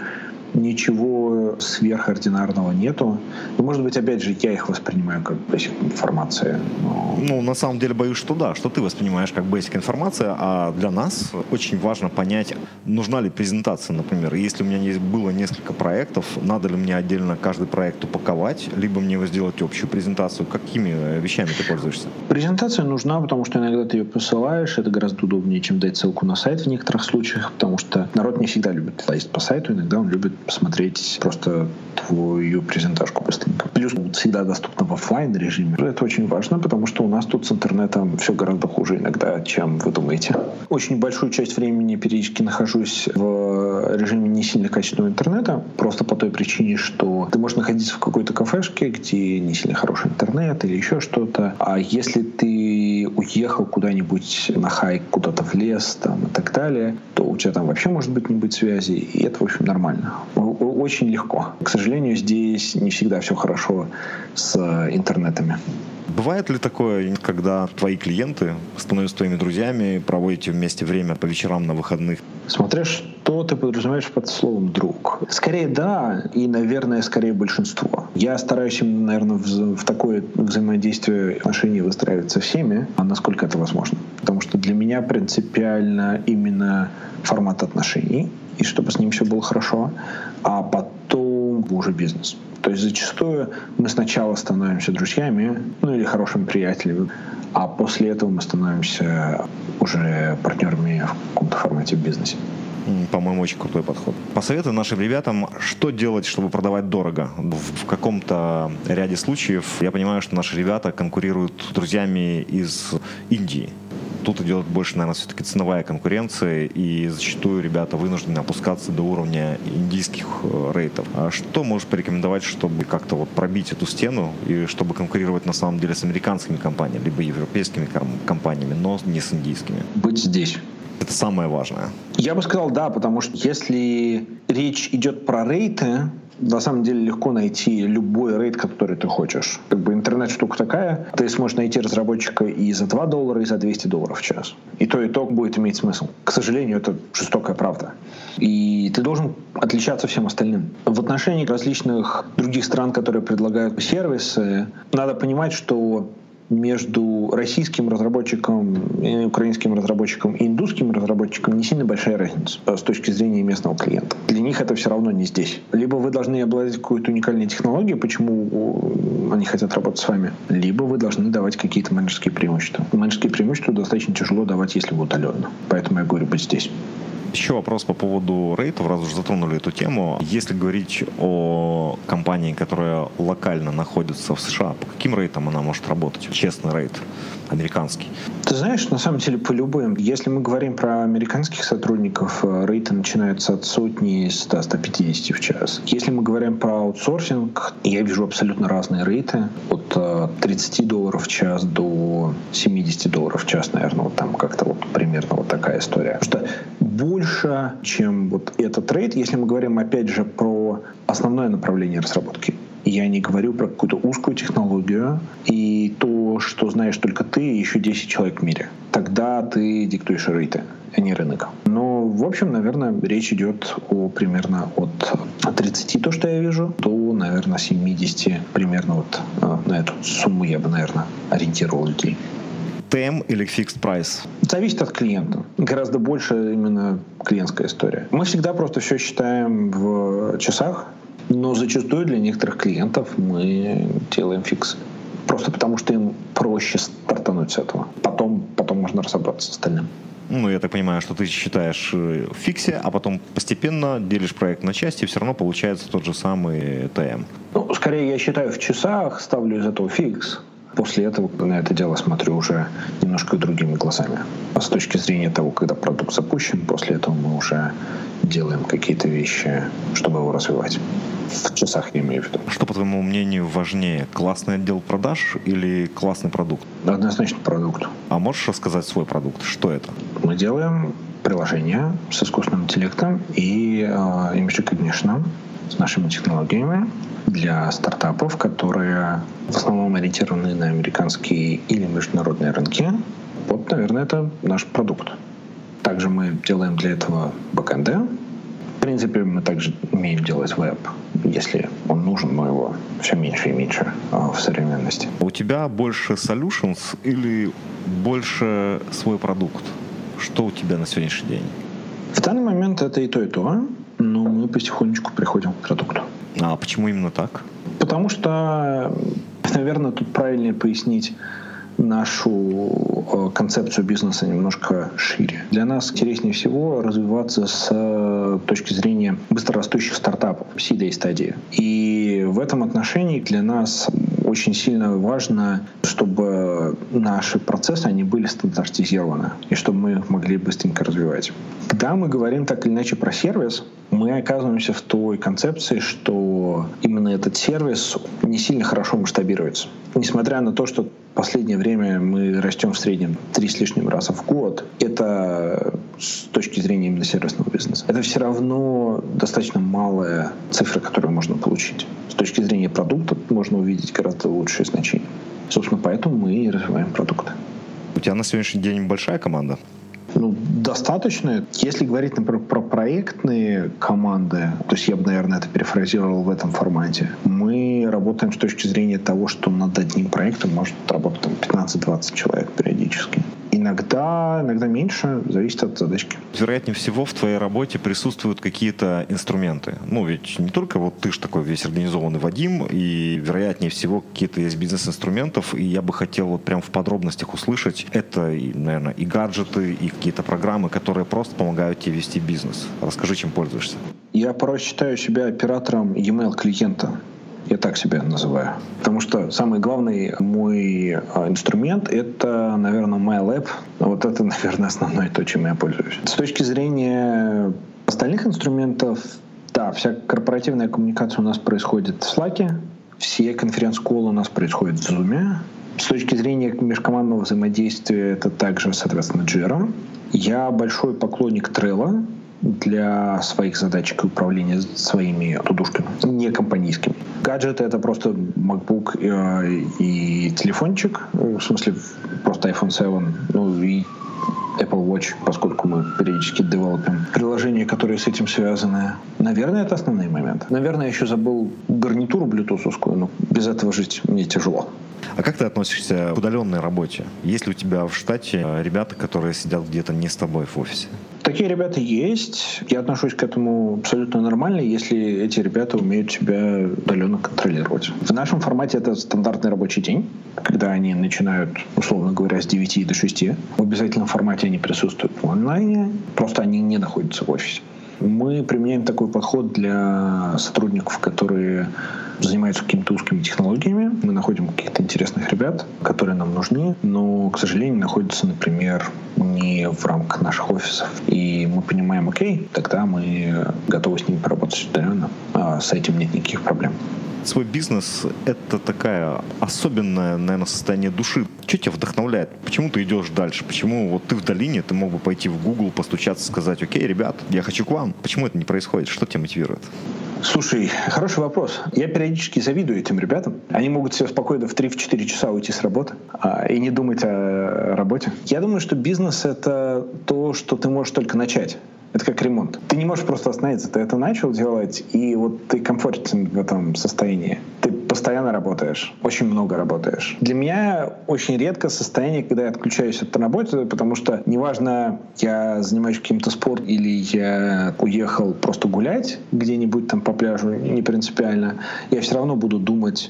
ничего сверхординарного нету. Ну, может быть, опять же, я их воспринимаю как basic информация. Но... Ну, на самом деле, боюсь, что да, что ты воспринимаешь как basic информация, а для нас очень важно понять, нужна ли презентация, например. Если у меня есть, было несколько проектов, надо ли мне отдельно каждый проект упаковать, либо мне его сделать общую презентацию. Какими вещами ты пользуешься? Презентация нужна, потому что иногда ты ее посылаешь, это гораздо удобнее, чем дать ссылку на сайт в некоторых случаях, потому что народ не всегда любит лазить по сайту, иногда он любит посмотреть просто твою презентажку быстренько. Плюс всегда доступно в офлайн режиме. Это очень важно, потому что у нас тут с интернетом все гораздо хуже иногда, чем вы думаете. Очень большую часть времени периодически нахожусь в режиме не сильно качественного интернета, просто по той причине, что ты можешь находиться в какой-то кафешке, где не сильно хороший интернет или еще что-то. А если ты уехал куда-нибудь на хайк, куда-то в лес там, и так далее, то у тебя там вообще может быть не быть связи, и это, в общем, нормально. Очень легко. К сожалению, здесь не всегда все хорошо с интернетами. Бывает ли такое, когда твои клиенты становятся твоими друзьями, проводите вместе время по вечерам на выходных? Смотря что ты подразумеваешь под словом «друг». Скорее да, и, наверное, скорее большинство. Я стараюсь, наверное, в, в такое взаимодействие отношений выстраивать со всеми, а насколько это возможно. Потому что для меня принципиально именно формат отношений, и чтобы с ним все было хорошо, а потом уже бизнес. То есть зачастую мы сначала становимся друзьями, ну или хорошими приятелями, а после этого мы становимся уже партнерами в каком-то формате в бизнесе. По-моему, очень крутой подход. Посоветуй нашим ребятам, что делать, чтобы продавать дорого. В каком-то ряде случаев я понимаю, что наши ребята конкурируют с друзьями из Индии. Тут идет больше, наверное, все-таки ценовая конкуренция, и зачастую ребята вынуждены опускаться до уровня индийских рейтов. А что можешь порекомендовать, чтобы как-то вот пробить эту стену и чтобы конкурировать на самом деле с американскими компаниями, либо европейскими компаниями, но не с индийскими? Быть здесь. Это самое важное. Я бы сказал да, потому что если речь идет про рейты, на самом деле легко найти любой рейт, который ты хочешь. Как бы интернет-штука такая, ты сможешь найти разработчика и за два доллара, и за двести долларов в час. И то, и то будет иметь смысл. К сожалению, это жестокая правда. И ты должен отличаться всем остальным. В отношении различных других стран, которые предлагают сервисы, надо понимать, что между российским разработчиком, и украинским разработчиком и индусским разработчиком не сильно большая разница с точки зрения местного клиента. Для них это все равно не здесь. Либо вы должны обладать какой-то уникальной технологией, почему они хотят работать с вами, либо вы должны давать какие-то менеджерские преимущества. Менеджерские преимущества достаточно тяжело давать, если вы удаленно. Поэтому я говорю быть здесь. Еще вопрос по поводу рейтов, раз уже затронули эту тему. Если говорить о компании, которая локально находится в США, по каким рейтам она может работать? Честный рейт, американский. Ты знаешь, на самом деле по любым. Если мы говорим про американских сотрудников, рейты начинаются от сотни, ста - ста пятидесяти в час. Если мы говорим про аутсорсинг, я вижу абсолютно разные рейты. От тридцати долларов в час до семидесяти долларов в час, наверное, вот там как-то вот примерно вот такая история. Потому что больше, чем вот этот рейт, если мы говорим, опять же, про основное направление разработки. Я не говорю про какую-то узкую технологию и то, что знаешь только ты и еще десять человек в мире. Тогда ты диктуешь рейты, а не рынок. Но, в общем, наверное, речь идет о примерно от тридцати, то, что я вижу, до, наверное, семидесяти. Примерно вот на эту сумму я бы, наверное, ориентировал людей. ти эм или fixed price? Зависит от клиента. Гораздо больше именно клиентская история. Мы всегда просто все считаем в часах, но зачастую для некоторых клиентов мы делаем фиксы. Просто потому, что им проще стартануть с этого. Потом, потом можно разобраться с остальным. Ну, я так понимаю, что ты считаешь в фиксе, а потом постепенно делишь проект на части, и все равно получается тот же самый ти эм. Ну, скорее, я считаю в часах, ставлю из этого фикс. После этого на это дело смотрю уже немножко другими глазами. С точки зрения того, когда продукт запущен, после этого мы уже делаем какие-то вещи, чтобы его развивать. В часах я имею в виду. Что, по твоему мнению, важнее? Классный отдел продаж или классный продукт? Однозначно продукт. А можешь рассказать свой продукт? Что это? Мы делаем приложение с искусственным интеллектом и э, image recognition с нашими технологиями для стартапов, которые в основном ориентированы на американские или международные рынки. Вот, наверное, это наш продукт. Также мы делаем для этого бэкэнды. В принципе, мы также умеем делать веб, если он нужен, но его все меньше и меньше в современности. У тебя больше solutions или больше свой продукт? Что у тебя на сегодняшний день? В данный момент это и то, и то, но мы потихонечку приходим к продукту. А почему именно так? Потому что, наверное, тут правильнее пояснить нашу концепцию бизнеса немножко шире. Для нас интереснее всего развиваться с точки зрения быстрорастущих стартапов, сид стадии. И в этом отношении для нас очень сильно важно, чтобы наши процессы они были стандартизированы, и чтобы мы их могли быстренько развивать. Когда мы говорим так или иначе про сервис, мы оказываемся в той концепции, что именно этот сервис не сильно хорошо масштабируется. Несмотря на то, что в последнее время мы растем в среднем три с лишним раза в год, это с точки зрения именно сервисного бизнеса. Это все равно достаточно малая цифра, которую можно получить. С точки зрения продукта можно увидеть гораздо лучшие значения. Собственно, поэтому мы и развиваем продукты. У тебя на сегодняшний день большая команда? Ну, достаточно. Если говорить, например, про проектные команды, то есть я бы, наверное, это перефразировал в этом формате, мы работаем с точки зрения того, что над одним проектом может работать там пятнадцать-двадцать человек периодически. Иногда, иногда меньше, зависит от задачки. Вероятнее всего, в твоей работе присутствуют какие-то инструменты. Ну, ведь не только вот ты ж такой весь организованный Вадим, и вероятнее всего какие-то есть бизнес-инструментов, и я бы хотел вот прям в подробностях услышать. Это, наверное, и гаджеты, и какие-то программы, которые просто помогают тебе вести бизнес. Расскажи, чем пользуешься. Я порой считаю себя оператором e-mail клиента. Я так себя называю. Потому что самый главный мой инструмент — это, наверное, MailApp. Вот это, наверное, основное то, чем я пользуюсь. С точки зрения остальных инструментов, да, вся корпоративная коммуникация у нас происходит в Slack, все конференц-коллы у нас происходят в Zoom. С точки зрения межкомандного взаимодействия это также, соответственно, Jira. Я большой поклонник Trello. для своих задачек и управления своими тудушками, не компанейскими. Гаджеты — это просто MacBook и, и телефончик, в смысле просто айфон семь, ну и Apple Watch, поскольку мы периодически девелопим приложения, которые с этим связаны. Наверное, это основные моменты. Наверное, я еще забыл гарнитуру блютусовскую, но без этого жить мне тяжело. А как ты относишься к удаленной работе? Есть ли у тебя в штате ребята, которые сидят где-то не с тобой в офисе? Такие ребята есть. Я отношусь к этому абсолютно нормально, если эти ребята умеют себя удаленно контролировать. В нашем формате это стандартный рабочий день, когда они начинают, условно говоря, с девяти до шести. В обязательном формате они присутствуют в онлайне, просто они не находятся в офисе. Мы применяем такой подход для сотрудников, которые занимаются какими-то узкими технологиями. Мы находим каких-то интересных ребят, которые нам нужны, но, к сожалению, находятся, например, не в рамках наших офисов. И мы понимаем, окей, тогда мы готовы с ними поработать удаленно. А с этим нет никаких проблем. Свой бизнес — это такая особенное, наверное, состояние души. Что тебя вдохновляет? Почему ты идешь дальше? Почему вот ты в долине, ты мог бы пойти в Google, постучаться, сказать: окей, ребят, я хочу к вам. Почему это не происходит? Что тебя мотивирует? Слушай, хороший вопрос. Я периодически завидую этим ребятам. Они могут себе спокойно в три-четыре часа уйти с работы а, и не думать о работе. Я думаю, что бизнес — это то, что ты можешь только начать. Это как ремонт. Ты не можешь просто остановиться. Ты это начал делать, и вот ты комфортен в этом состоянии. Ты постоянно работаешь, очень много работаешь. Для меня очень редко состояние, когда я отключаюсь от работы, потому что неважно, я занимаюсь каким-то спортом или я уехал просто гулять где-нибудь там по пляжу, не принципиально, я все равно буду думать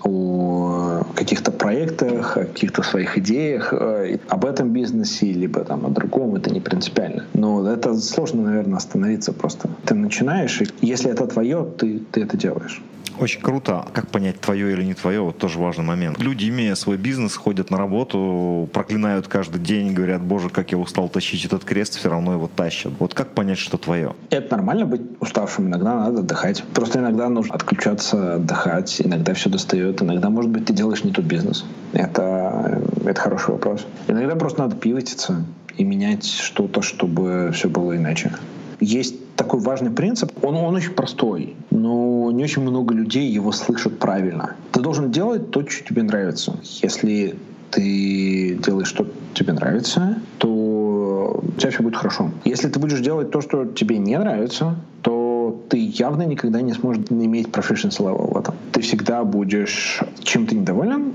о каких-то проектах, о каких-то своих идеях, об этом бизнесе, либо там о другом, это не принципиально. Но это сложно, наверное, остановиться просто. Ты начинаешь, и если это твое, ты, ты это делаешь. Очень круто. Как понять, твое или не твое, вот тоже важный момент. Люди, имея свой бизнес, ходят на работу, проклинают каждый день, говорят: боже, как я устал тащить этот крест, все равно его тащат. Вот как понять, что твое? Это нормально быть уставшим, иногда надо отдыхать. Просто иногда нужно отключаться, отдыхать, иногда все достает, иногда, может быть, ты делаешь не тот бизнес. Это, это хороший вопрос. Иногда просто надо пивотиться и менять что-то, чтобы все было иначе. Есть такой важный принцип, он, он очень простой, но не очень много людей его слышат правильно. Ты должен делать то, что тебе нравится. Если ты делаешь, что тебе нравится, то у тебя все будет хорошо. Если ты будешь делать то, что тебе не нравится, то ты явно никогда не сможешь иметь proficiency level в этом. Ты всегда будешь чем-то недоволен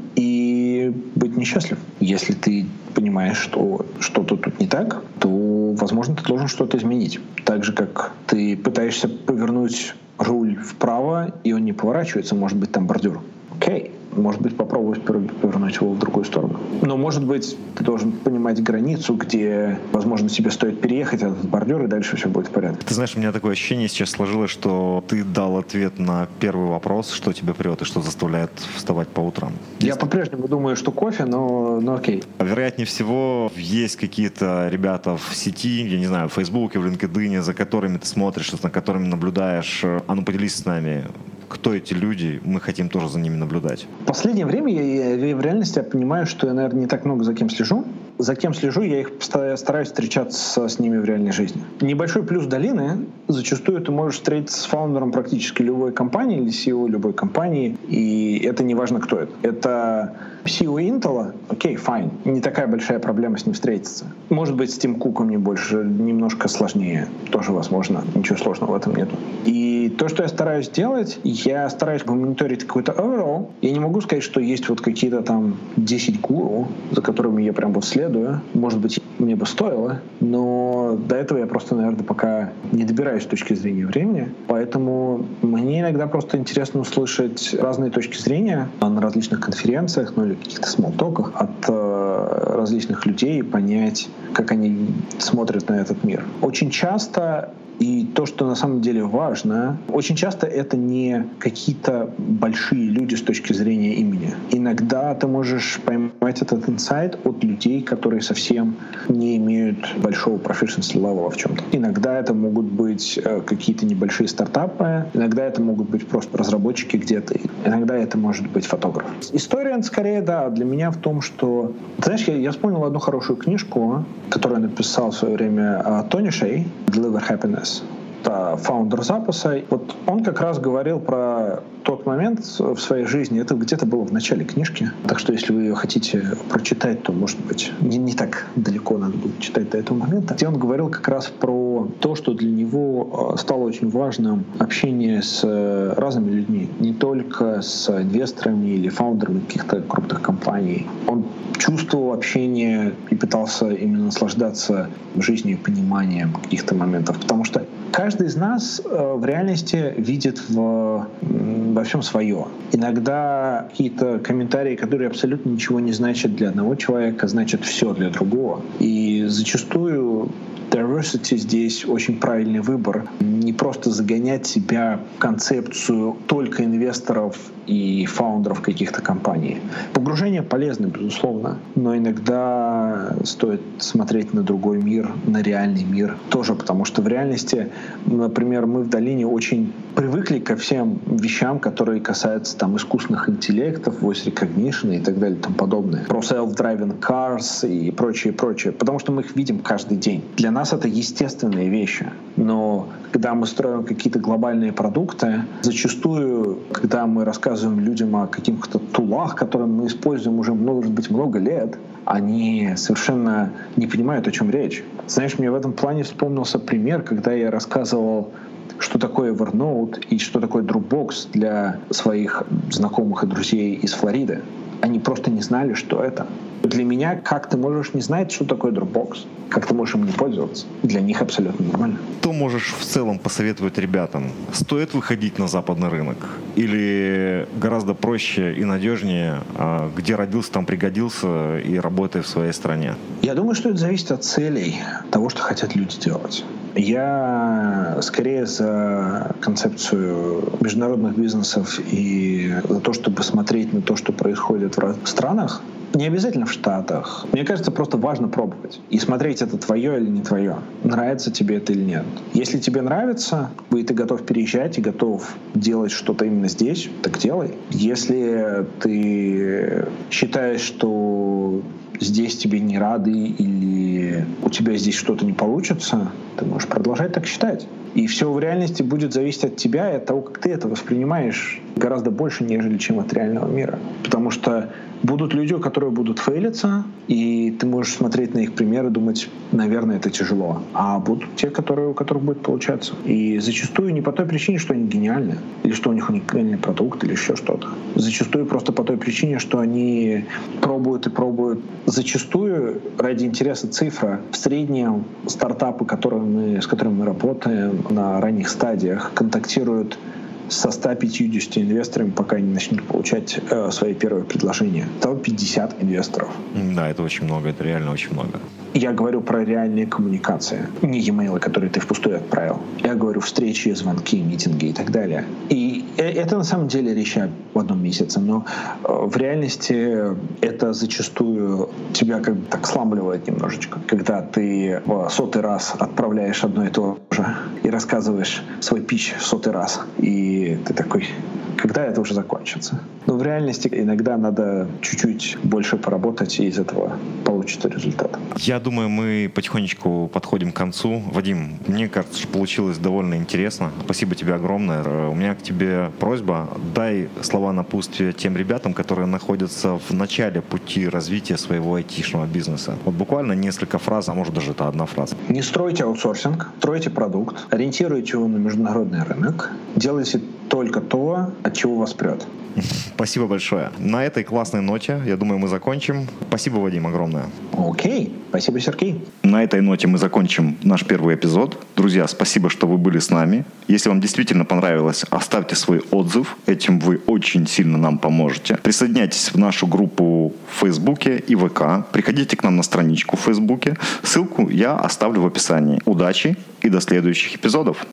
и быть несчастлив. Если ты понимаешь, что что-то тут не так, то, возможно, ты должен что-то изменить. Так же, как ты пытаешься повернуть руль вправо, и он не поворачивается, может быть, там бордюр. Окей. Может быть, попробовать повернуть его в другую сторону. Но, может быть, ты должен понимать границу, где, возможно, тебе стоит переехать этот бордюр, и дальше все будет в порядке. Ты знаешь, у меня такое ощущение сейчас сложилось, что ты дал ответ на первый вопрос, что тебя прет и что заставляет вставать по утрам. Я есть... по-прежнему думаю, что кофе, но, но окей. Вероятнее всего, есть какие-то ребята в сети, я не знаю, в Фейсбуке, в LinkedIn, за которыми ты смотришь, за которыми наблюдаешь. А ну, поделись с нами. Кто эти люди? Мы хотим тоже за ними наблюдать. В последнее время я, я в реальности я понимаю, что я, наверное, не так много за кем слежу. За кем слежу, я их стараюсь встречаться с ними в реальной жизни. Небольшой плюс долины. Зачастую ты можешь встретиться с фаундером практически любой компании или си и о любой компании, и это не важно, кто это. Это си и о Intel, окей, fine. Не такая большая проблема с ним встретиться. Может быть, с Тим Куком не больше, немножко сложнее. Тоже возможно. Ничего сложного в этом нету. И то, что я стараюсь делать, я стараюсь мониторить какой-то overall. Я не могу сказать, что есть вот какие-то там десять гуру, за которыми я прям вот следую. Может быть, мне бы стоило, но до этого я просто, наверное, пока не добираюсь с точки зрения времени. Поэтому мне иногда просто интересно услышать разные точки зрения на различных конференциях, ну или каких-то смолтоках от э, различных людей и понять, как они смотрят на этот мир. Очень часто и то, что на самом деле важно, очень часто это не какие-то большие люди с точки зрения имени. Иногда ты можешь поймать этот инсайт от людей, которые совсем не имеют большого proficiency level в чем-то. Иногда это могут быть какие-то небольшие стартапы, иногда это могут быть просто разработчики где-то, иногда это может быть фотограф. История, скорее, да, для меня в том, что... Знаешь, я, я вспомнил одну хорошую книжку, которую написал в свое время Тони Шей «Deliver Happiness». фаундер запаса. Вот он как раз говорил про тот момент в своей жизни, это где-то было в начале книжки. Так что если вы ее хотите прочитать, то, может быть, не, не так далеко надо будет читать до этого момента. Где он говорил как раз про то, что для него стало очень важным общение с разными людьми. Не только с инвесторами или фаундерами каких-то крупных компаний. Он чувствовал общение и пытался именно наслаждаться жизнью и пониманием каких-то моментов. Потому что каждый из нас в реальности видит в, во всем свое. Иногда какие-то комментарии, которые абсолютно ничего не значат для одного человека, значат все для другого. И зачастую diversity здесь очень правильный выбор. Не просто загонять себя в концепцию только инвесторов и фаундеров каких-то компаний. Погружение полезно, безусловно, но иногда стоит смотреть на другой мир, на реальный мир тоже, потому что в реальности, например, мы в долине очень привыкли ко всем вещам, которые касаются там искусственных интеллектов, voice recognition и так далее и тому подобное. Про self-driving cars и прочее, прочее, потому что мы их видим каждый день. Для нас это естественные вещи, но когда мы строим какие-то глобальные продукты, зачастую, когда мы рассказываем людям о каких-то тулах, которые мы используем уже, может быть, много лет, они совершенно не понимают, о чем речь. Знаешь, мне в этом плане вспомнился пример, когда я рассказывал, что такое Evernote и что такое Dropbox для своих знакомых и друзей из Флориды. Они просто не знали, что это. Для меня, как ты можешь не знать, что такое Dropbox? Как ты можешь им не пользоваться? Для них абсолютно нормально. Что можешь в целом посоветовать ребятам? Стоит выходить на западный рынок? Или гораздо проще и надежнее, где родился, там пригодился, и работай в своей стране? Я думаю, что это зависит от целей того, что хотят люди делать. Я скорее за концепцию международных бизнесов и за то, чтобы смотреть на то, что происходит в разных странах. Не обязательно в Штатах. Мне кажется, просто важно пробовать и смотреть, это твое или не твое, нравится тебе это или нет. Если тебе нравится, и ты готов переезжать и готов делать что-то именно здесь, так делай. Если ты считаешь, что здесь тебе не рады или у тебя здесь что-то не получится, ты можешь продолжать так считать. И все в реальности будет зависеть от тебя и от того, как ты это воспринимаешь, гораздо больше, нежели чем от реального мира. Потому что будут люди, которые будут фейлиться, и ты можешь смотреть на их примеры и думать, наверное, это тяжело. А будут те, которые, у которых будет получаться. И зачастую не по той причине, что они гениальны, или что у них уникальный продукт, или еще что-то. Зачастую просто по той причине, что они пробуют и пробуют. Зачастую ради интереса цифра. В среднем стартапы, которые мы, с которыми мы работаем на ранних стадиях, контактируют со ста пятьюдесятью инвесторами, пока они начнут получать э, свои первые предложения. сто пятьдесят инвесторов. Да, это очень много, это реально очень много. Я говорю про реальные коммуникации, не e-mail, которые ты впустую отправил. Я говорю встречи, звонки, митинги и так далее. И это на самом деле речь в одном месяце, но в реальности это зачастую тебя как бы так сламливает немножечко, когда ты в сотый раз отправляешь одно и то же и рассказываешь свой пич в сотый раз. И ты такой, когда это уже закончится? Но в реальности иногда надо чуть-чуть больше поработать, и из этого получится результат. Я думаю, мы потихонечку подходим к концу. Вадим, мне кажется, что получилось довольно интересно. Спасибо тебе огромное. У меня к тебе просьба. Дай слова напутствия тем ребятам, которые находятся в начале пути развития своего айтишного бизнеса. Вот буквально несколько фраз, а может даже это одна фраза. Не стройте аутсорсинг, стройте продукт, ориентируйте его на международный рынок, делайте только то, от чего вас прет. Спасибо большое. На этой классной ноте, я думаю, мы закончим. Спасибо, Вадим, огромное. Окей. Спасибо, Сергей. На этой ноте мы закончим наш первый эпизод. Друзья, спасибо, что вы были с нами. Если вам действительно понравилось, оставьте свой отзыв. Этим вы очень сильно нам поможете. Присоединяйтесь в нашу группу в Фейсбуке и ВК. Приходите к нам на страничку в Фейсбуке. Ссылку я оставлю в описании. Удачи и до следующих эпизодов.